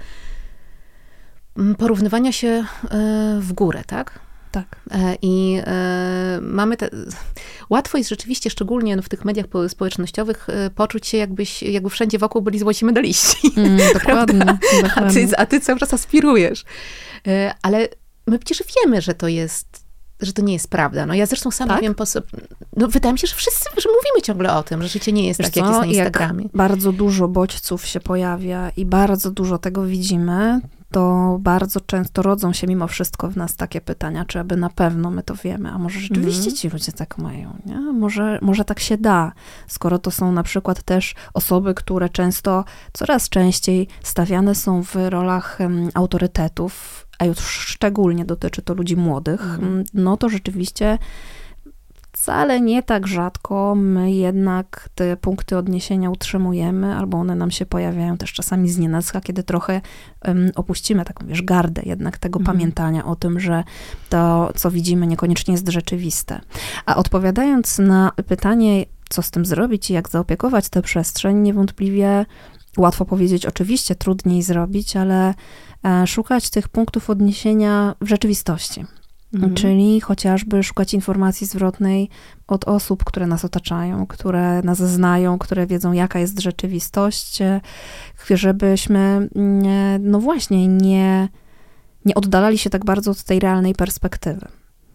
porównywania się w górę, tak? Tak. I mamy łatwo jest rzeczywiście, szczególnie w tych mediach społecznościowych, poczuć się jakby wszędzie wokół byli złoci medaliści. Dokładnie. A ty cały czas aspirujesz. Ale my przecież wiemy, że to nie jest prawda. No ja zresztą sama wiem no wydaje mi się, że wszyscy, że mówimy ciągle o tym, że życie nie jest tak, jak jest na Instagramie. Jak bardzo dużo bodźców się pojawia i bardzo dużo tego widzimy, to bardzo często rodzą się mimo wszystko w nas takie pytania, czy aby na pewno my to wiemy, a może rzeczywiście ci ludzie tak mają, nie? Może tak się da, skoro to są na przykład też osoby, które coraz częściej stawiane są w rolach autorytetów, a już szczególnie dotyczy to ludzi młodych, no to rzeczywiście wcale nie tak rzadko my jednak te punkty odniesienia utrzymujemy, albo one nam się pojawiają też czasami znienacka, kiedy trochę opuścimy taką, gardę jednak tego pamiętania o tym, że to, co widzimy, niekoniecznie jest rzeczywiste. A odpowiadając na pytanie, co z tym zrobić i jak zaopiekować tę przestrzeń, niewątpliwie łatwo powiedzieć, oczywiście trudniej zrobić, ale szukać tych punktów odniesienia w rzeczywistości. Czyli chociażby szukać informacji zwrotnej od osób, które nas otaczają, które nas znają, które wiedzą, jaka jest rzeczywistość, żebyśmy, no właśnie, nie oddalali się tak bardzo od tej realnej perspektywy.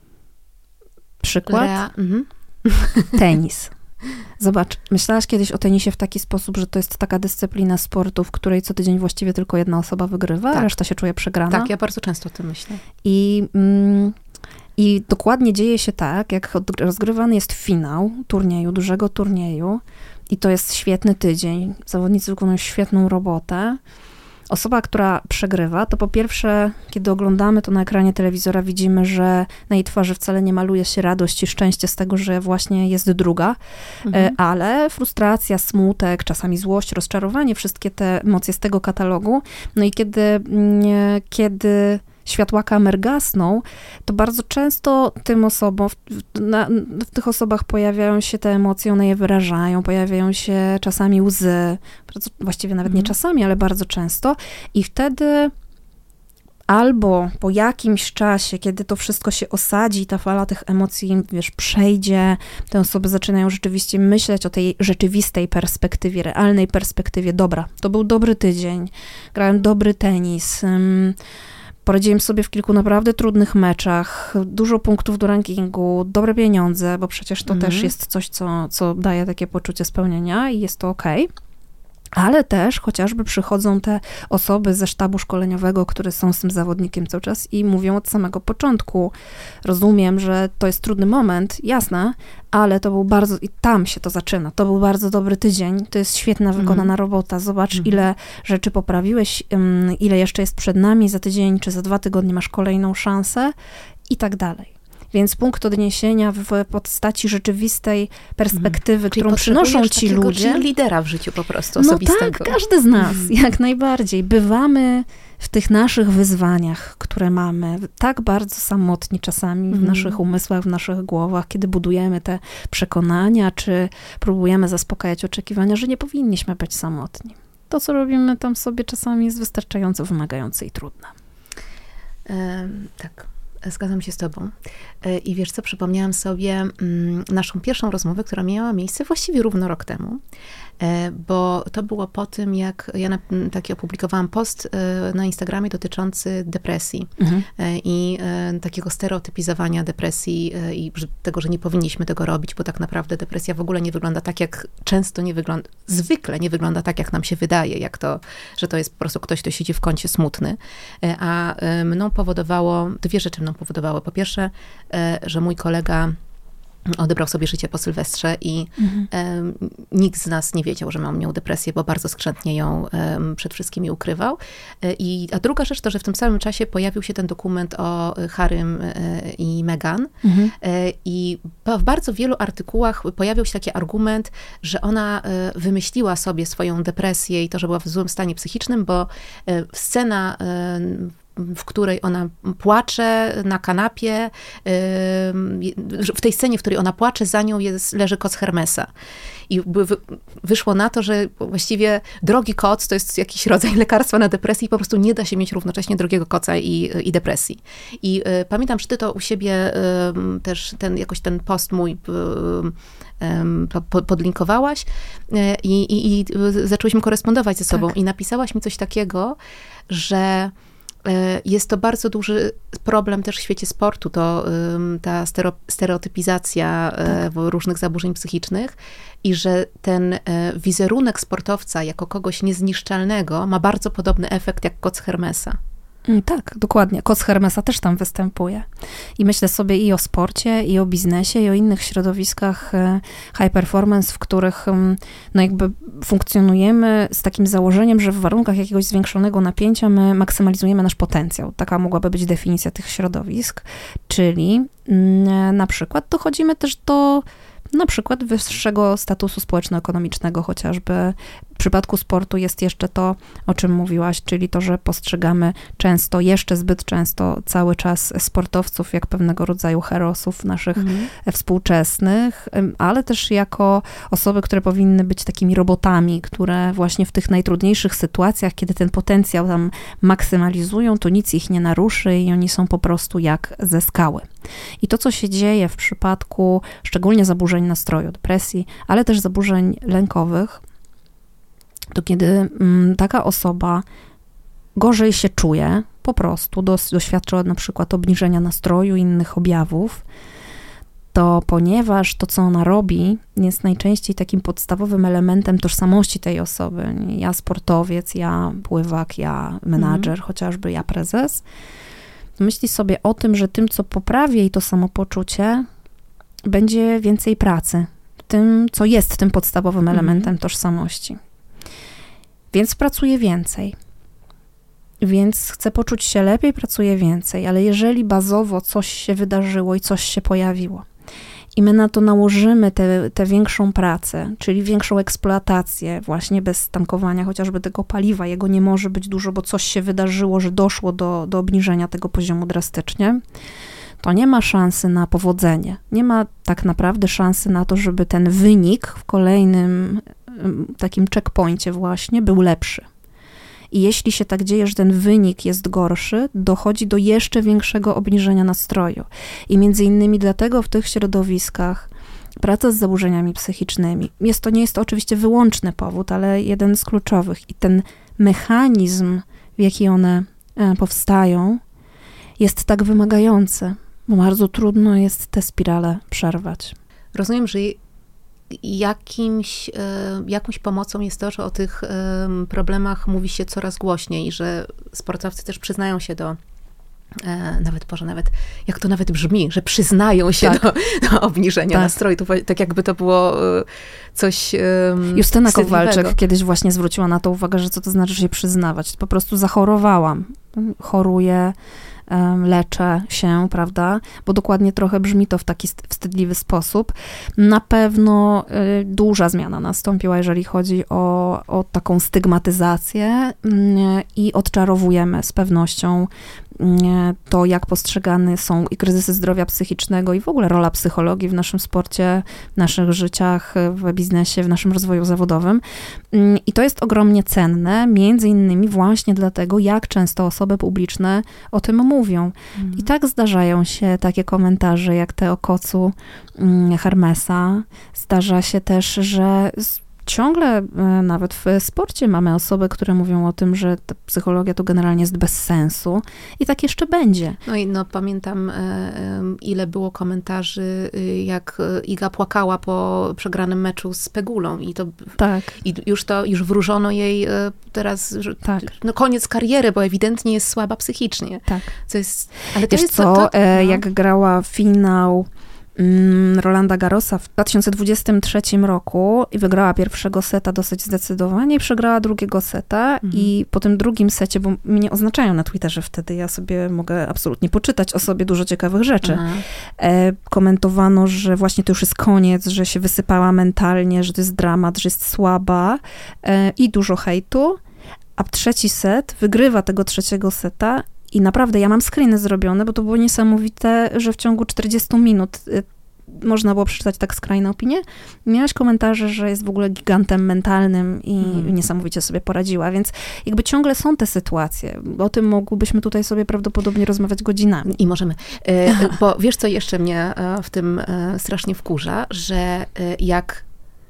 Przykład? Tenis. Zobacz, myślałaś kiedyś o tenisie w taki sposób, że to jest taka dyscyplina sportu, w której co tydzień właściwie tylko jedna osoba wygrywa, a reszta się czuje przegrana? Tak, ja bardzo często o tym myślę. I I dokładnie dzieje się tak, jak rozgrywany jest finał turnieju, dużego turnieju i to jest świetny tydzień, zawodnicy wykonują świetną robotę. Osoba, która przegrywa, to po pierwsze, kiedy oglądamy to na ekranie telewizora, widzimy, że na jej twarzy wcale nie maluje się radość i szczęście z tego, że właśnie jest druga, ale frustracja, smutek, czasami złość, rozczarowanie, wszystkie te emocje z tego katalogu. No i kiedy światła kamer gasną, to bardzo często tym osobom, w tych osobach pojawiają się te emocje, one je wyrażają, pojawiają się czasami łzy, właściwie nawet nie czasami, ale bardzo często i wtedy albo po jakimś czasie, kiedy to wszystko się osadzi, ta fala tych emocji, przejdzie, te osoby zaczynają rzeczywiście myśleć o tej rzeczywistej perspektywie, realnej perspektywie. Dobra, to był dobry tydzień, grałem dobry tenis, poradziłem sobie w kilku naprawdę trudnych meczach, dużo punktów do rankingu, dobre pieniądze, bo przecież to też jest coś, co daje takie poczucie spełnienia i jest to okej. Ale też chociażby przychodzą te osoby ze sztabu szkoleniowego, które są z tym zawodnikiem cały czas i mówią od samego początku, rozumiem, że to jest trudny moment, jasne, ale to był i tam się to zaczyna, to był bardzo dobry tydzień, to jest świetna wykonana robota, zobacz ile rzeczy poprawiłeś, ile jeszcze jest przed nami, za tydzień czy za 2 tygodnie masz kolejną szansę i tak dalej. Więc punkt odniesienia w postaci rzeczywistej perspektywy, którą przynoszą ci ludzie. Lidera w życiu po prostu osobistego. No tak, każdy z nas, jak najbardziej. Bywamy w tych naszych wyzwaniach, które mamy, tak bardzo samotni czasami w naszych umysłach, w naszych głowach, kiedy budujemy te przekonania, czy próbujemy zaspokajać oczekiwania, że nie powinniśmy być samotni. To, co robimy tam sobie czasami jest wystarczająco wymagające i trudne. Tak. Zgadzam się z tobą. I wiesz co, przypomniałam sobie naszą pierwszą rozmowę, która miała miejsce właściwie równo rok temu, bo to było po tym, jak ja taki opublikowałam post na Instagramie dotyczący depresji i takiego stereotypizowania depresji i tego, że nie powinniśmy tego robić, bo tak naprawdę depresja w ogóle nie wygląda tak, jak często nie wygląda, zwykle nie wygląda tak, jak nam się wydaje, że to jest po prostu ktoś, kto siedzi w kącie smutny. A mną powodowało, 2 rzeczy mną powodowały. Po pierwsze, że mój kolega odebrał sobie życie po Sylwestrze i nikt z nas nie wiedział, że miał depresję, bo bardzo skrzętnie ją przed wszystkimi ukrywał. A druga rzecz to, że w tym samym czasie pojawił się ten dokument o Harrym i Meghan i w bardzo wielu artykułach pojawił się taki argument, że ona wymyśliła sobie swoją depresję i to, że była w złym stanie psychicznym, bo scena, w której ona płacze na kanapie, w tej scenie, w której ona płacze, za nią leży koc Hermesa. I wyszło na to, że właściwie drogi koc to jest jakiś rodzaj lekarstwa na depresję i po prostu nie da się mieć równocześnie drogiego koca i depresji. I pamiętam, że ty to u siebie też jakoś ten post mój podlinkowałaś i zaczęłyśmy korespondować ze sobą. Tak. I napisałaś mi coś takiego, że jest to bardzo duży problem też w świecie sportu, to ta stereotypizacja różnych zaburzeń psychicznych i że ten wizerunek sportowca jako kogoś niezniszczalnego ma bardzo podobny efekt jak koc Hermesa. Tak, dokładnie. Koc Hermesa też tam występuje. I myślę sobie i o sporcie, i o biznesie, i o innych środowiskach high performance, w których jakby funkcjonujemy z takim założeniem, że w warunkach jakiegoś zwiększonego napięcia my maksymalizujemy nasz potencjał. Taka mogłaby być definicja tych środowisk. Czyli na przykład dochodzimy też do na przykład wyższego statusu społeczno-ekonomicznego chociażby. W przypadku sportu jest jeszcze to, o czym mówiłaś, czyli to, że postrzegamy często, jeszcze zbyt często cały czas sportowców jak pewnego rodzaju herosów naszych współczesnych, ale też jako osoby, które powinny być takimi robotami, które właśnie w tych najtrudniejszych sytuacjach, kiedy ten potencjał tam maksymalizują, to nic ich nie naruszy i oni są po prostu jak ze skały. I to, co się dzieje w przypadku szczególnie zaburzeń nastroju, depresji, ale też zaburzeń lękowych, to kiedy taka osoba gorzej się czuje, po prostu doświadcza na przykład obniżenia nastroju, innych objawów, to ponieważ to, co ona robi, jest najczęściej takim podstawowym elementem tożsamości tej osoby. Ja sportowiec, ja pływak, ja menadżer, chociażby ja prezes, myśli sobie o tym, że tym, co poprawi jej to samopoczucie, będzie więcej pracy. Tym, co jest tym podstawowym elementem tożsamości. Więc pracuje więcej. Więc chce poczuć się lepiej, pracuje więcej. Ale jeżeli bazowo coś się wydarzyło i coś się pojawiło i my na to nałożymy tę większą pracę, czyli większą eksploatację właśnie bez tankowania chociażby tego paliwa, jego nie może być dużo, bo coś się wydarzyło, że doszło do obniżenia tego poziomu drastycznie, to nie ma szansy na powodzenie. Nie ma tak naprawdę szansy na to, żeby ten wynik w kolejnym takim checkpoincie właśnie był lepszy. I jeśli się tak dzieje, że ten wynik jest gorszy, dochodzi do jeszcze większego obniżenia nastroju. I między innymi dlatego w tych środowiskach praca z zaburzeniami psychicznymi, nie jest to oczywiście wyłączny powód, ale jeden z kluczowych. I ten mechanizm, w jaki one powstają, jest tak wymagający, bo bardzo trudno jest tę spiralę przerwać. Rozumiem, że jakąś pomocą jest to, że o tych problemach mówi się coraz głośniej, że sportowcy też przyznają się do, jak to nawet brzmi, że przyznają się do obniżenia nastroju. Tak jakby to było coś Justyna Kowalczyk kiedyś właśnie zwróciła na to uwagę, że co to znaczy się przyznawać. Po prostu zachorowałam, choruję, leczę się, prawda? Bo dokładnie trochę brzmi to w taki wstydliwy sposób. Na pewno duża zmiana nastąpiła, jeżeli chodzi o taką stygmatyzację i odczarowujemy z pewnością to, jak postrzegane są i kryzysy zdrowia psychicznego i w ogóle rola psychologii w naszym sporcie, w naszych życiach, w biznesie, w naszym rozwoju zawodowym. I to jest ogromnie cenne, między innymi właśnie dlatego, jak często osoby publiczne o tym mówią. I tak zdarzają się takie komentarze, jak te o kocu Hermesa. Zdarza się też, że ciągle nawet w sporcie mamy osoby, które mówią o tym, że ta psychologia to generalnie jest bez sensu i tak jeszcze będzie. No i pamiętam, ile było komentarzy, jak Iga płakała po przegranym meczu z Pegulą i to i już wróżono jej teraz, że koniec kariery, bo ewidentnie jest słaba psychicznie. Tak. Ale to wiesz jest co, jak grała finał Rolanda Garrosa w 2023 roku i wygrała pierwszego seta dosyć zdecydowanie i przegrała drugiego seta i po tym drugim secie, bo mnie oznaczają na Twitterze wtedy, ja sobie mogę absolutnie poczytać o sobie dużo ciekawych rzeczy. Komentowano, że właśnie to już jest koniec, że się wysypała mentalnie, że to jest dramat, że jest słaba i dużo hejtu, a trzeci set wygrywa tego trzeciego seta. I naprawdę, ja mam screeny zrobione, bo to było niesamowite, że w ciągu 40 minut można było przeczytać tak skrajne opinie. Miałaś komentarze, że jest w ogóle gigantem mentalnym i niesamowicie sobie poradziła, więc jakby ciągle są te sytuacje. O tym mogłybyśmy tutaj sobie prawdopodobnie rozmawiać godzinami. I możemy. Bo wiesz, co jeszcze mnie w tym strasznie wkurza, że jak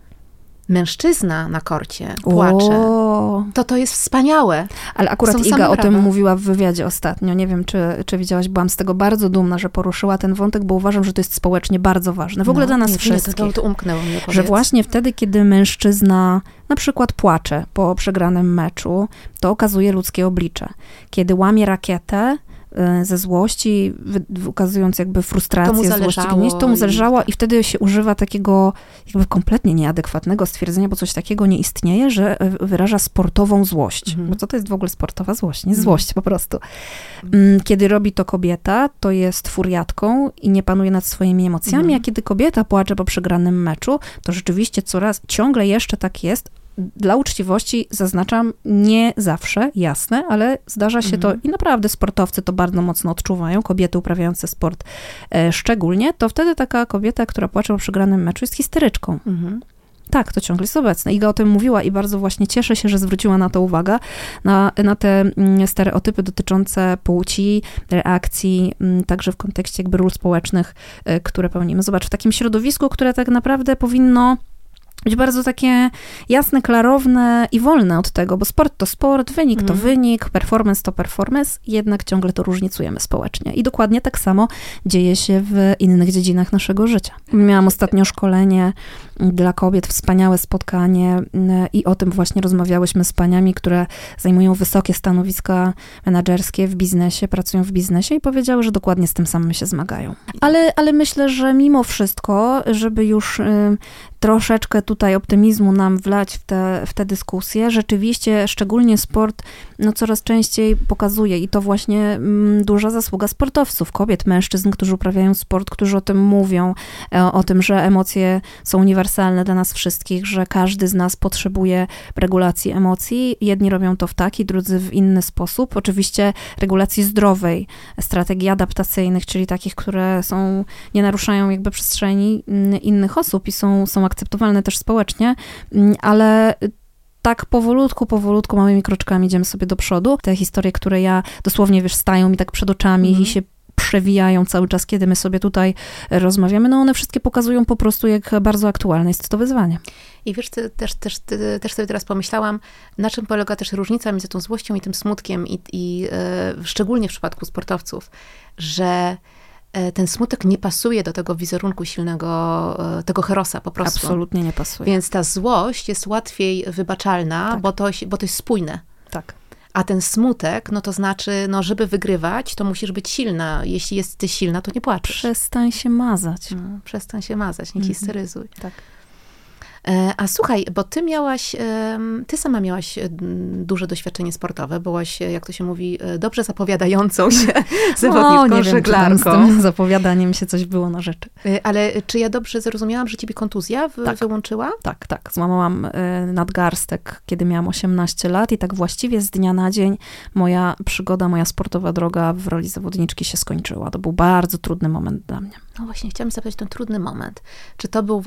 mężczyzna na korcie płacze, to jest wspaniałe. Ale akurat Iga o tym mówiła w wywiadzie ostatnio. Nie wiem, czy widziałaś, byłam z tego bardzo dumna, że poruszyła ten wątek, bo uważam, że to jest społecznie bardzo ważne. W ogóle dla nas wszystkich. To umknęło mnie, powiedz. Że właśnie wtedy, kiedy mężczyzna na przykład płacze po przegranym meczu, to okazuje ludzkie oblicze. Kiedy łamie rakietę ze złości, ukazując jakby frustrację, złość, to mu zależało i wtedy się używa takiego jakby kompletnie nieadekwatnego stwierdzenia, bo coś takiego nie istnieje, że wyraża sportową złość. Bo co to jest w ogóle sportowa złość? Nie złość po prostu. Kiedy robi to kobieta, to jest furiatką i nie panuje nad swoimi emocjami, a kiedy kobieta płacze po przegranym meczu, to rzeczywiście ciągle jeszcze tak jest. Dla uczciwości zaznaczam, nie zawsze, jasne, ale zdarza się to i naprawdę sportowcy to bardzo mocno odczuwają, kobiety uprawiające sport szczególnie, to wtedy taka kobieta, która płacze po przegranym meczu, jest histeryczką. Tak, to ciągle jest obecne. Iga o tym mówiła i bardzo właśnie cieszę się, że zwróciła na to uwagę, na te stereotypy dotyczące płci, reakcji, także w kontekście jakby ról społecznych, które pełnimy. Zobacz, w takim środowisku, które tak naprawdę powinno być bardzo takie jasne, klarowne i wolne od tego, bo sport to sport, wynik to wynik, performance to performance, jednak ciągle to różnicujemy społecznie. I dokładnie tak samo dzieje się w innych dziedzinach naszego życia. Miałam ostatnio szkolenie dla kobiet, wspaniałe spotkanie i o tym właśnie rozmawiałyśmy z paniami, które zajmują wysokie stanowiska menedżerskie w biznesie, pracują w biznesie i powiedziały, że dokładnie z tym samym się zmagają. Ale myślę, że mimo wszystko, żeby już troszeczkę tutaj optymizmu nam wlać w te dyskusje. Rzeczywiście, szczególnie sport, coraz częściej pokazuje i to właśnie duża zasługa sportowców, kobiet, mężczyzn, którzy uprawiają sport, którzy o tym mówią, o tym, że emocje są uniwersalne dla nas wszystkich, że każdy z nas potrzebuje regulacji emocji. Jedni robią to w taki, drudzy w inny sposób. Oczywiście regulacji zdrowej, strategii adaptacyjnych, czyli takich, które nie naruszają jakby przestrzeni innych osób i są akceptowalne też społecznie, ale tak powolutku, małymi kroczkami idziemy sobie do przodu. Te historie, które ja dosłownie, stają mi tak przed oczami i się przewijają cały czas, kiedy my sobie tutaj rozmawiamy, one wszystkie pokazują po prostu, jak bardzo aktualne jest to wyzwanie. I wiesz, też sobie teraz pomyślałam, na czym polega też różnica między tą złością i tym smutkiem i szczególnie w przypadku sportowców, że ten smutek nie pasuje do tego wizerunku silnego, tego herosa po prostu. Absolutnie nie pasuje. Więc ta złość jest łatwiej wybaczalna, tak. bo to jest spójne. Tak. A ten smutek, to znaczy, żeby wygrywać, to musisz być silna. Jeśli jesteś silna, to nie płaczesz. Przestań się mazać. Przestań się mazać, nie histeryzuj. Tak. A słuchaj, bo ty sama miałaś duże doświadczenie sportowe, byłaś, jak to się mówi, dobrze zapowiadającą się zawodniczką, żeglarką. Z tym zapowiadaniem się coś było na rzeczy. Ale czy ja dobrze zrozumiałam, że ciebie kontuzja wyłączyła? Tak. Złamałam nadgarstek, kiedy miałam 18 lat i tak właściwie z dnia na dzień moja przygoda, moja sportowa droga w roli zawodniczki się skończyła. To był bardzo trudny moment dla mnie. No właśnie, chciałam zapytać ten trudny moment. Czy to był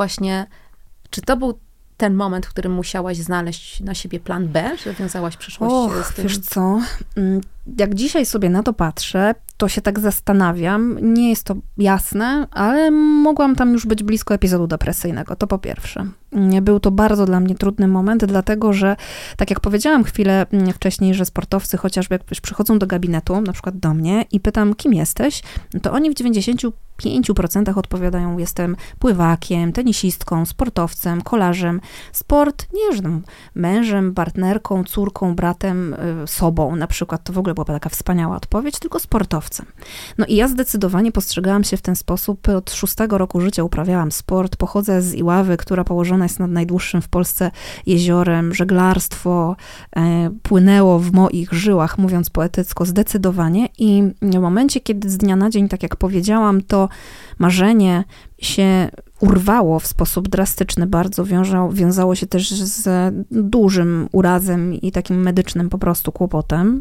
ten moment, w którym musiałaś znaleźć na siebie plan B, że wiązałaś przyszłość z tym? Wiesz co, jak dzisiaj sobie na to patrzę, to się tak zastanawiam. Nie jest to jasne, ale mogłam tam już być blisko epizodu depresyjnego, to po pierwsze. Był to bardzo dla mnie trudny moment, dlatego że, tak jak powiedziałam chwilę wcześniej, że sportowcy chociażby jak przychodzą do gabinetu, na przykład do mnie i pytam, kim jesteś, to oni w 95% odpowiadają, jestem pływakiem, tenisistką, sportowcem, kolarzem. Sport, nie wiem, mężem, partnerką, córką, bratem, sobą na przykład. To w ogóle była taka wspaniała odpowiedź, tylko sportowcem. I ja zdecydowanie postrzegałam się w ten sposób. Od 6 roku życia uprawiałam sport. Pochodzę z Iławy, która położona jest nad najdłuższym w Polsce jeziorem. Żeglarstwo płynęło w moich żyłach, mówiąc poetycko, zdecydowanie. I w momencie, kiedy z dnia na dzień, tak jak powiedziałam, to marzenie się urwało w sposób drastyczny, bardzo wiązało się też z dużym urazem i takim medycznym po prostu kłopotem,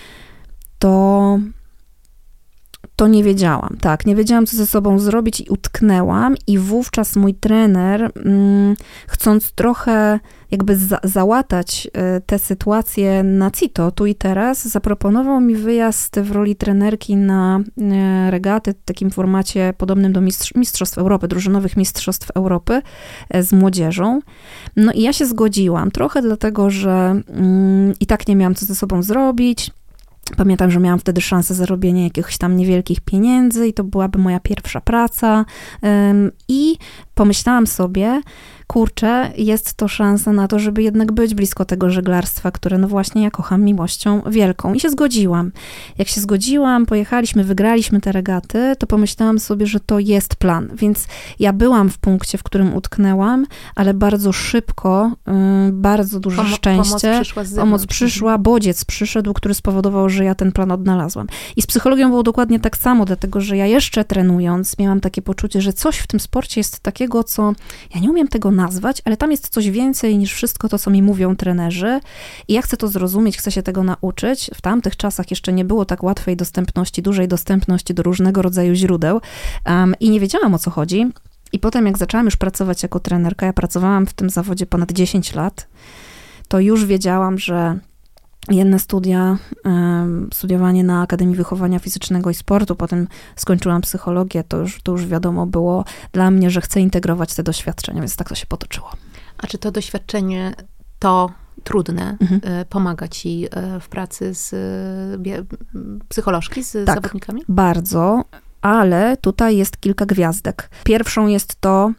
to nie wiedziałam. Tak, nie wiedziałam, co ze sobą zrobić i utknęłam i wówczas mój trener, chcąc trochę jakby załatać tę sytuację na CITO, tu i teraz, zaproponował mi wyjazd w roli trenerki na regaty w takim formacie podobnym do Mistrzostw Europy, drużynowych Mistrzostw Europy z młodzieżą. I ja się zgodziłam, trochę dlatego, że i tak nie miałam co ze sobą zrobić. Pamiętam, że miałam wtedy szansę zarobienia jakichś tam niewielkich pieniędzy i to byłaby moja pierwsza praca i pomyślałam sobie, kurczę, jest to szansa na to, żeby jednak być blisko tego żeglarstwa, które właśnie ja kocham miłością wielką. I się zgodziłam. Jak się zgodziłam, pojechaliśmy, wygraliśmy te regaty, to pomyślałam sobie, że to jest plan. Więc ja byłam w punkcie, w którym utknęłam, ale bardzo szybko, bardzo duże szczęście. Pomoc przyszła, bodziec przyszedł, który spowodował, że ja ten plan odnalazłam. I z psychologią było dokładnie tak samo, dlatego, że ja jeszcze trenując miałam takie poczucie, że coś w tym sporcie jest takiego, co ja nie umiem tego nazwać, ale tam jest coś więcej niż wszystko to, co mi mówią trenerzy i ja chcę to zrozumieć, chcę się tego nauczyć. W tamtych czasach jeszcze nie było tak łatwej dostępności, dużej dostępności do różnego rodzaju źródeł i nie wiedziałam, o co chodzi. I potem, jak zaczęłam już pracować jako trenerka, ja pracowałam w tym zawodzie ponad 10 lat, to już wiedziałam, że jedne studia, studiowanie na Akademii Wychowania Fizycznego i Sportu, potem skończyłam psychologię, to już wiadomo było dla mnie, że chcę integrować te doświadczenia, więc tak to się potoczyło. A czy to doświadczenie, trudne, pomaga ci w pracy z psycholożki, z zawodnikami? Bardzo, ale tutaj jest kilka gwiazdek. Pierwszą jest to,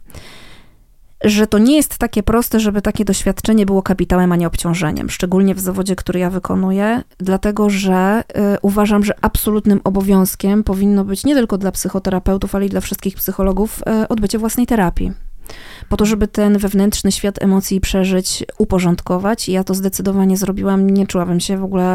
że to nie jest takie proste, żeby takie doświadczenie było kapitałem, a nie obciążeniem. Szczególnie w zawodzie, który ja wykonuję, dlatego że uważam, że absolutnym obowiązkiem powinno być nie tylko dla psychoterapeutów, ale i dla wszystkich psychologów odbycie własnej terapii. Po to, żeby ten wewnętrzny świat emocji przeżyć, uporządkować. I ja to zdecydowanie zrobiłam. Nie czułabym się w ogóle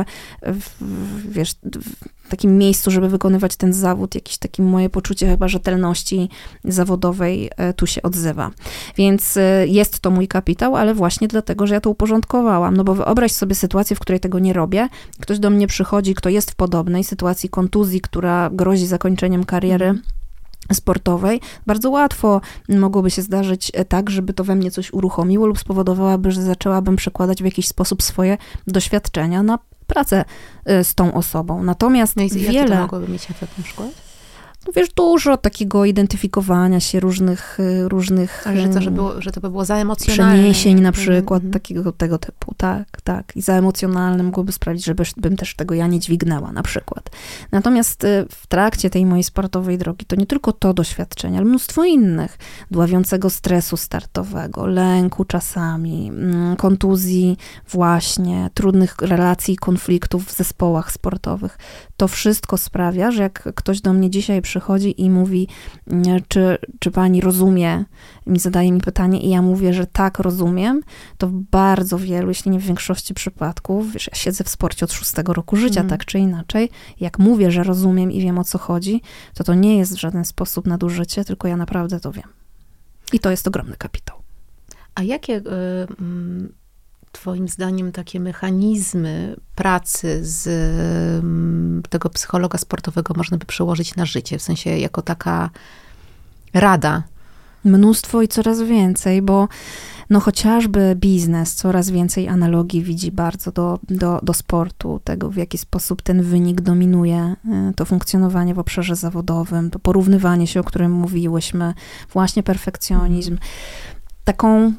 w takim miejscu, żeby wykonywać ten zawód. Jakieś takie moje poczucie chyba rzetelności zawodowej tu się odzywa. Więc jest to mój kapitał, ale właśnie dlatego, że ja to uporządkowałam. No bo wyobraź sobie sytuację, w której tego nie robię. Ktoś do mnie przychodzi, kto jest w podobnej sytuacji kontuzji, która grozi zakończeniem kariery sportowej, bardzo łatwo mogłoby się zdarzyć tak, żeby to we mnie coś uruchomiło lub spowodowałaby, że zaczęłabym przekładać w jakiś sposób swoje doświadczenia na pracę z tą osobą. Natomiast jakie to mogłoby mieć efekt na przykład? No wiesz, dużo takiego identyfikowania się różnych ale że to by było za emocjonalne. Przeniesień na przykład, tego typu, tak. I za emocjonalne mogłoby sprawić, żebym też tego ja nie dźwignęła na przykład. Natomiast w trakcie tej mojej sportowej drogi to nie tylko to doświadczenie, ale mnóstwo innych. Dławiącego stresu startowego, lęku czasami, kontuzji właśnie, trudnych relacji i konfliktów w zespołach sportowych. To wszystko sprawia, że jak ktoś do mnie dzisiaj przychodzi i mówi, czy pani rozumie, zadaje mi pytanie i ja mówię, że tak, rozumiem, to w bardzo wielu, jeśli nie w większości przypadków, wiesz, ja siedzę w sporcie od 6 roku życia, tak czy inaczej, jak mówię, że rozumiem i wiem, o co chodzi, to nie jest w żaden sposób nadużycie, tylko ja naprawdę to wiem. I to jest ogromny kapitał. A jakie twoim zdaniem takie mechanizmy pracy z tego psychologa sportowego można by przełożyć na życie? W sensie jako taka rada. Mnóstwo i coraz więcej, bo chociażby biznes coraz więcej analogii widzi bardzo do sportu, tego w jaki sposób ten wynik dominuje, to funkcjonowanie w obszarze zawodowym, to porównywanie się, o którym mówiłyśmy, właśnie perfekcjonizm. Taką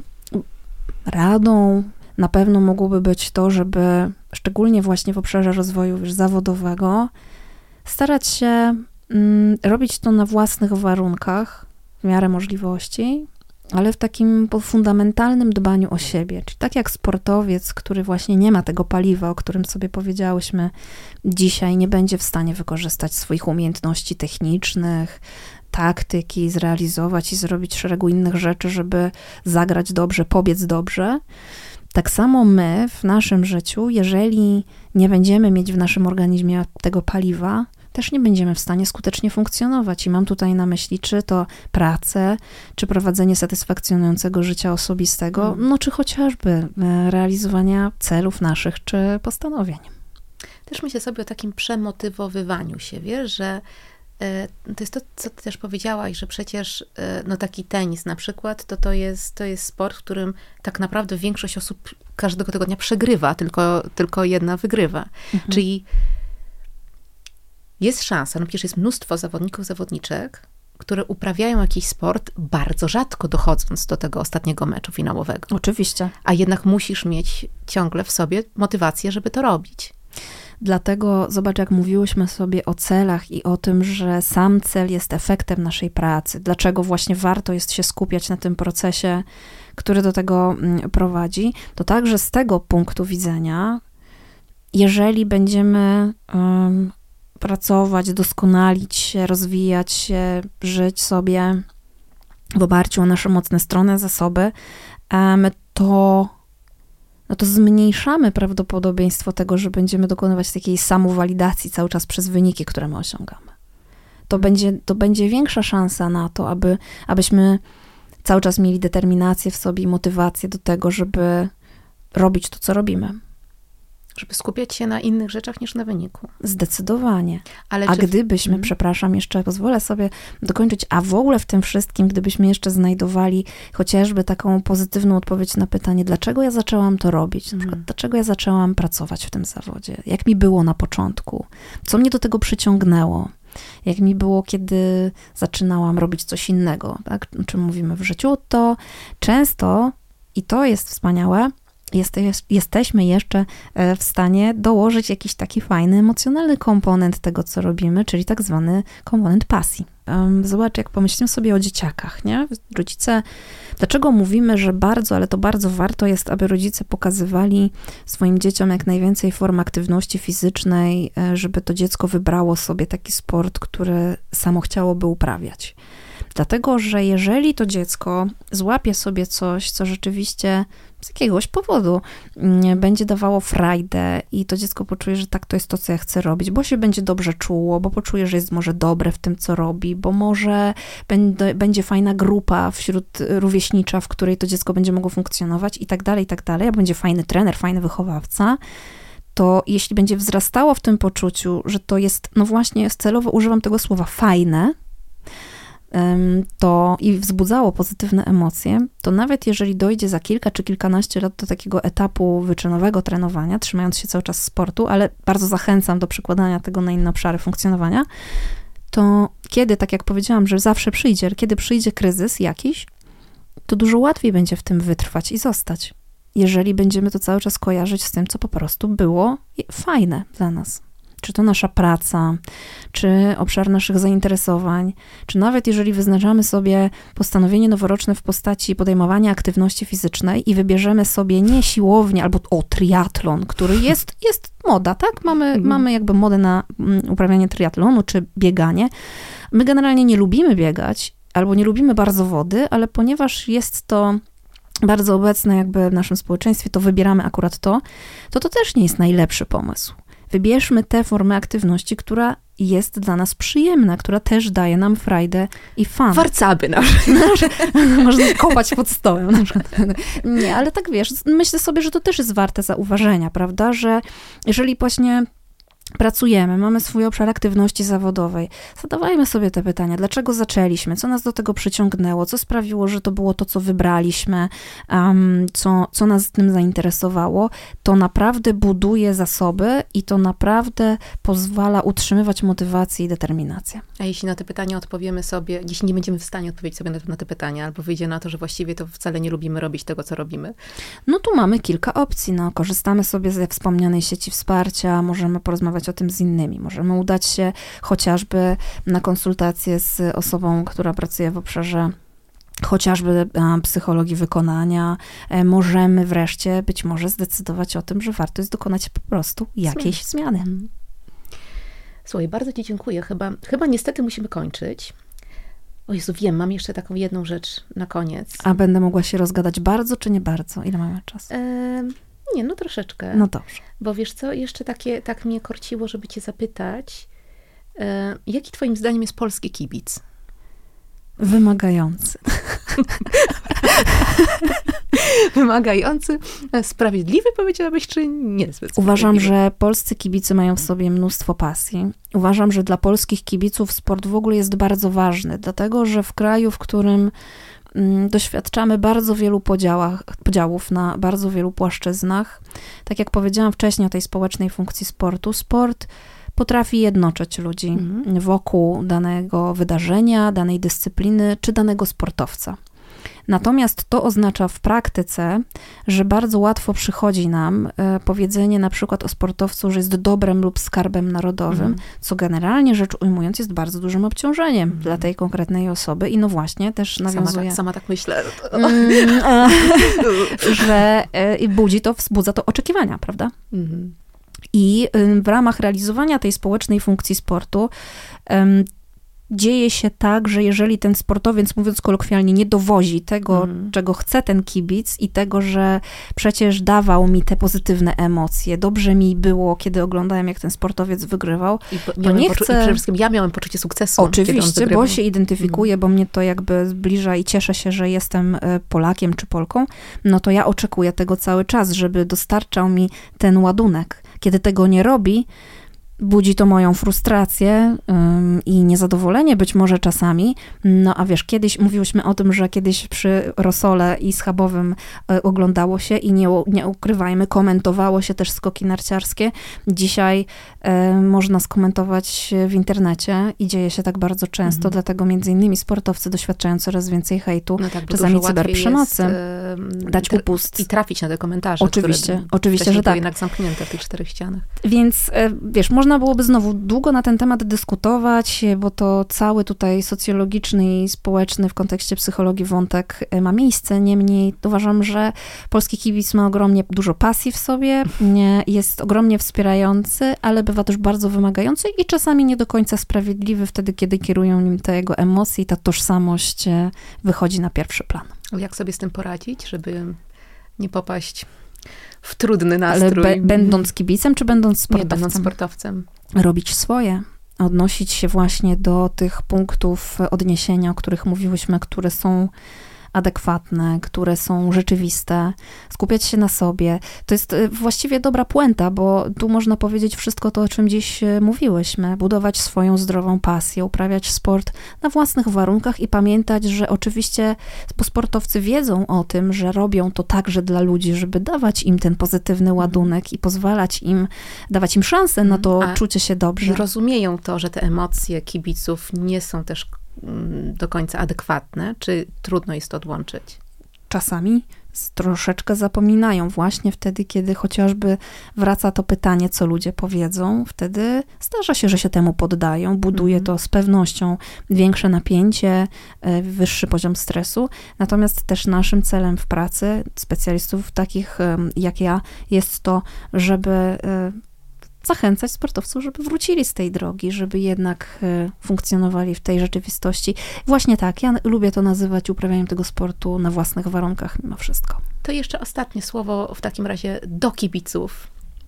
radą na pewno mogłoby być to, żeby szczególnie właśnie w obszarze rozwoju zawodowego starać się robić to na własnych warunkach, w miarę możliwości, ale w takim fundamentalnym dbaniu o siebie. Czyli tak jak sportowiec, który właśnie nie ma tego paliwa, o którym sobie powiedziałyśmy dzisiaj, nie będzie w stanie wykorzystać swoich umiejętności technicznych, taktyki, zrealizować i zrobić szeregu innych rzeczy, żeby zagrać dobrze, pobiec dobrze. Tak samo my w naszym życiu, jeżeli nie będziemy mieć w naszym organizmie tego paliwa, też nie będziemy w stanie skutecznie funkcjonować. I mam tutaj na myśli, czy to pracę, czy prowadzenie satysfakcjonującego życia osobistego, czy chociażby realizowania celów naszych, czy postanowień. Też myślę sobie o takim przemotywowywaniu się, wiesz, że to jest to, co ty też powiedziałaś, że przecież taki tenis na przykład, to jest sport, w którym tak naprawdę większość osób każdego tygodnia przegrywa, tylko jedna wygrywa. Czyli jest szansa, przecież jest mnóstwo zawodników, zawodniczek, które uprawiają jakiś sport bardzo rzadko dochodząc do tego ostatniego meczu finałowego. Oczywiście. A jednak musisz mieć ciągle w sobie motywację, żeby to robić. Dlatego zobacz, jak mówiłyśmy sobie o celach i o tym, że sam cel jest efektem naszej pracy. Dlaczego właśnie warto jest się skupiać na tym procesie, który do tego prowadzi. To także z tego punktu widzenia, jeżeli będziemy pracować, doskonalić się, rozwijać się, żyć sobie w oparciu o nasze mocne strony, zasoby, to zmniejszamy prawdopodobieństwo tego, że będziemy dokonywać takiej samowalidacji cały czas przez wyniki, które my osiągamy. To będzie większa szansa na to, abyśmy cały czas mieli determinację w sobie i motywację do tego, żeby robić to, co robimy. Żeby skupiać się na innych rzeczach niż na wyniku. Zdecydowanie. Gdybyśmy, przepraszam, jeszcze pozwolę sobie dokończyć, a w ogóle w tym wszystkim, gdybyśmy jeszcze znajdowali chociażby taką pozytywną odpowiedź na pytanie, dlaczego ja zaczęłam to robić, na przykład, dlaczego ja zaczęłam pracować w tym zawodzie, jak mi było na początku, co mnie do tego przyciągnęło, jak mi było, kiedy zaczynałam robić coś innego, tak, o czym mówimy w życiu, to często i to jest wspaniałe, jesteśmy jeszcze w stanie dołożyć jakiś taki fajny, emocjonalny komponent tego, co robimy, czyli tak zwany komponent pasji. Zobacz, jak pomyślimy sobie o dzieciakach, nie? Rodzice, dlaczego mówimy, że bardzo, ale to bardzo warto jest, aby rodzice pokazywali swoim dzieciom jak najwięcej form aktywności fizycznej, żeby to dziecko wybrało sobie taki sport, który samo chciałoby uprawiać. Dlatego, że jeżeli to dziecko złapie sobie coś, co rzeczywiście z jakiegoś powodu będzie dawało frajdę i to dziecko poczuje, że tak, to jest to, co ja chcę robić, bo się będzie dobrze czuło, bo poczuje, że jest może dobre w tym, co robi, bo może będzie fajna grupa wśród rówieśnicza, w której to dziecko będzie mogło funkcjonować i tak dalej, a będzie fajny trener, fajny wychowawca, to jeśli będzie wzrastało w tym poczuciu, że to jest, no właśnie celowo używam tego słowa, fajne, to i wzbudzało pozytywne emocje, to nawet jeżeli dojdzie za kilka czy kilkanaście lat do takiego etapu wyczynowego trenowania, trzymając się cały czas sportu, ale bardzo zachęcam do przekładania tego na inne obszary funkcjonowania, to kiedy, tak jak powiedziałam, że zawsze przyjdzie, kiedy przyjdzie kryzys jakiś, to dużo łatwiej będzie w tym wytrwać i zostać, jeżeli będziemy to cały czas kojarzyć z tym, co po prostu było fajne dla nas. Czy to nasza praca, czy obszar naszych zainteresowań, czy nawet jeżeli wyznaczamy sobie postanowienie noworoczne w postaci podejmowania aktywności fizycznej i wybierzemy sobie nie siłownię albo triatlon, który jest moda, tak? Mamy jakby modę na uprawianie triatlonu czy bieganie. My generalnie nie lubimy biegać albo nie lubimy bardzo wody, ale ponieważ jest to bardzo obecne jakby w naszym społeczeństwie, to wybieramy akurat to też nie jest najlepszy pomysł. Wybierzmy tę formę aktywności, która jest dla nas przyjemna, która też daje nam frajdę i fan. Warcaby Można kopać pod stołem na przykład. Nie, ale tak wiesz, myślę sobie, że to też jest warte zauważenia, prawda, że jeżeli właśnie pracujemy, mamy swój obszar aktywności zawodowej, zadawajmy sobie te pytania, dlaczego zaczęliśmy, co nas do tego przyciągnęło, co sprawiło, że to było to, co wybraliśmy, co nas tym zainteresowało, to naprawdę buduje zasoby i to naprawdę pozwala utrzymywać motywację i determinację. A jeśli na te pytania odpowiemy sobie, jeśli nie będziemy w stanie odpowiedzieć sobie na te pytania, albo wyjdzie na to, że właściwie to wcale nie lubimy robić tego, co robimy? No tu mamy kilka opcji, korzystamy sobie ze wspomnianej sieci wsparcia, możemy porozmawiać o tym z innymi. Możemy udać się chociażby na konsultację z osobą, która pracuje w obszarze chociażby psychologii wykonania. Możemy wreszcie być może zdecydować o tym, że warto jest dokonać po prostu jakiejś zmiany. Słuchaj, bardzo ci dziękuję. Chyba niestety musimy kończyć. O Jezu, wiem, mam jeszcze taką jedną rzecz na koniec. A będę mogła się rozgadać bardzo, czy nie bardzo? Ile mamy czasu? Nie, no troszeczkę. No dobrze. Bo wiesz co, jeszcze tak mnie korciło, żeby cię zapytać, jaki twoim zdaniem jest polski kibic? Wymagający. Wymagający, sprawiedliwy powiedziałabyś, czy niezbyt? Uważam, że polscy kibice mają w sobie mnóstwo pasji. Uważam, że dla polskich kibiców sport w ogóle jest bardzo ważny, dlatego, że w kraju, w którym doświadczamy bardzo wielu podziałów na bardzo wielu płaszczyznach. Tak jak powiedziałam wcześniej o tej społecznej funkcji sportu, sport potrafi jednoczyć ludzi wokół danego wydarzenia, danej dyscypliny czy danego sportowca. Natomiast to oznacza w praktyce, że bardzo łatwo przychodzi nam powiedzenie na przykład o sportowcu, że jest dobrem lub skarbem narodowym, co generalnie rzecz ujmując jest bardzo dużym obciążeniem dla tej konkretnej osoby i no właśnie też nawiązuje... Sama tak myślę. Że wzbudza to oczekiwania, prawda? I w ramach realizowania tej społecznej funkcji sportu dzieje się tak, że jeżeli ten sportowiec, mówiąc kolokwialnie, nie dowozi tego, czego chce ten kibic i tego, że przecież dawał mi te pozytywne emocje, dobrze mi było, kiedy oglądałem, jak ten sportowiec wygrywał, to nie chcę... Przede wszystkim ja miałem poczucie sukcesu. Oczywiście, bo się identyfikuję, bo mnie to jakby zbliża i cieszę się, że jestem Polakiem czy Polką, no to ja oczekuję tego cały czas, żeby dostarczał mi ten ładunek. Kiedy tego nie robi, budzi to moją frustrację i niezadowolenie być może czasami. No a wiesz, kiedyś mówiłyśmy o tym, że kiedyś przy Rosole i Schabowym oglądało się i nie ukrywajmy, komentowało się też skoki narciarskie. Dzisiaj można skomentować w internecie i dzieje się tak bardzo często, dlatego między innymi sportowcy doświadczają coraz więcej hejtu, no tak, czasami cyberprzemocy, dać upust. I trafić na te komentarze, oczywiście, które że tak. były jednak zamknięte w tych 4 ścianach. Więc wiesz, można byłoby znowu długo na ten temat dyskutować, bo to cały tutaj socjologiczny i społeczny w kontekście psychologii wątek ma miejsce. Niemniej uważam, że polski kibic ma ogromnie dużo pasji w sobie, jest ogromnie wspierający, ale bywa też bardzo wymagający i czasami nie do końca sprawiedliwy wtedy, kiedy kierują nim te jego emocje i ta tożsamość wychodzi na pierwszy plan. Jak sobie z tym poradzić, żeby nie popaść w trudny nastrój? Ale będąc kibicem, czy będąc sportowcem? Nie, będąc sportowcem. Robić swoje. Odnosić się właśnie do tych punktów odniesienia, o których mówiłyśmy, które są adekwatne, które są rzeczywiste, skupiać się na sobie. To jest właściwie dobra puenta, bo tu można powiedzieć wszystko to, o czym dziś mówiłyśmy. Budować swoją zdrową pasję, uprawiać sport na własnych warunkach i pamiętać, że oczywiście sportowcy wiedzą o tym, że robią to także dla ludzi, żeby dawać im ten pozytywny ładunek i pozwalać im, dawać im szansę na to czucie się dobrze. Rozumieją to, że te emocje kibiców nie są też do końca adekwatne, czy trudno jest to odłączyć? Czasami troszeczkę zapominają właśnie wtedy, kiedy chociażby wraca to pytanie, co ludzie powiedzą. Wtedy zdarza się, że się temu poddają. Buduje to z pewnością większe napięcie, wyższy poziom stresu. Natomiast też naszym celem w pracy specjalistów takich jak ja jest to, żeby zachęcać sportowców, żeby wrócili z tej drogi, żeby jednak funkcjonowali w tej rzeczywistości. Właśnie tak, ja lubię to nazywać uprawianiem tego sportu na własnych warunkach mimo wszystko. To jeszcze ostatnie słowo w takim razie do kibiców.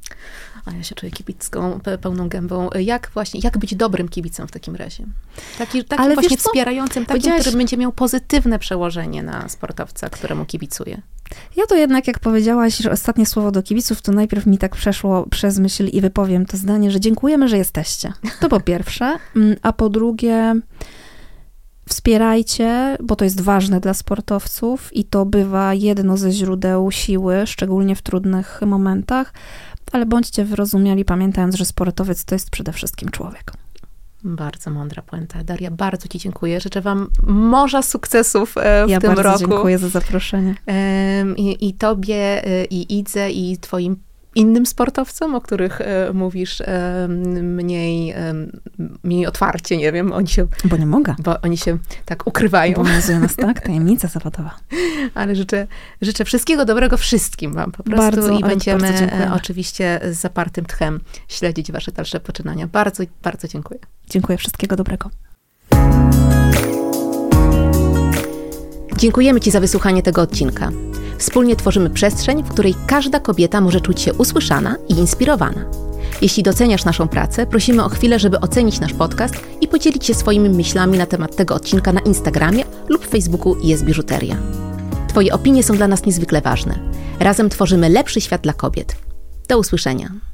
A ja się czuję kibicką pełną gębą. Jak być dobrym kibicem w takim razie? Takim właśnie wspierającym, takim, który będzie miał pozytywne przełożenie na sportowca, któremu kibicuje. Ja to jednak, jak powiedziałaś, że ostatnie słowo do kibiców, to najpierw mi tak przeszło przez myśl i wypowiem to zdanie, że dziękujemy, że jesteście. To po pierwsze. A po drugie, wspierajcie, bo to jest ważne dla sportowców i to bywa jedno ze źródeł siły, szczególnie w trudnych momentach, ale bądźcie wyrozumiali, pamiętając, że sportowiec to jest przede wszystkim człowiek. Bardzo mądra puenta. Daria, bardzo ci dziękuję. Życzę wam morza sukcesów w tym roku. Ja bardzo dziękuję za zaproszenie. I tobie, i Idze, i twoim innym sportowcom, o których mówisz mniej otwarcie, nie wiem, Bo nie mogę. Bo oni się tak ukrywają. Obowiązuje nas, tak? Tajemnica zawodowa. Ale życzę wszystkiego dobrego wszystkim wam po prostu bardzo, i będziemy oczywiście z zapartym tchem śledzić wasze dalsze poczynania. Bardzo, bardzo dziękuję. Dziękuję, wszystkiego dobrego. Dziękujemy ci za wysłuchanie tego odcinka. Wspólnie tworzymy przestrzeń, w której każda kobieta może czuć się usłyszana i inspirowana. Jeśli doceniasz naszą pracę, prosimy o chwilę, żeby ocenić nasz podcast i podzielić się swoimi myślami na temat tego odcinka na Instagramie lub Facebooku Jest Biżuteria. Twoje opinie są dla nas niezwykle ważne. Razem tworzymy lepszy świat dla kobiet. Do usłyszenia.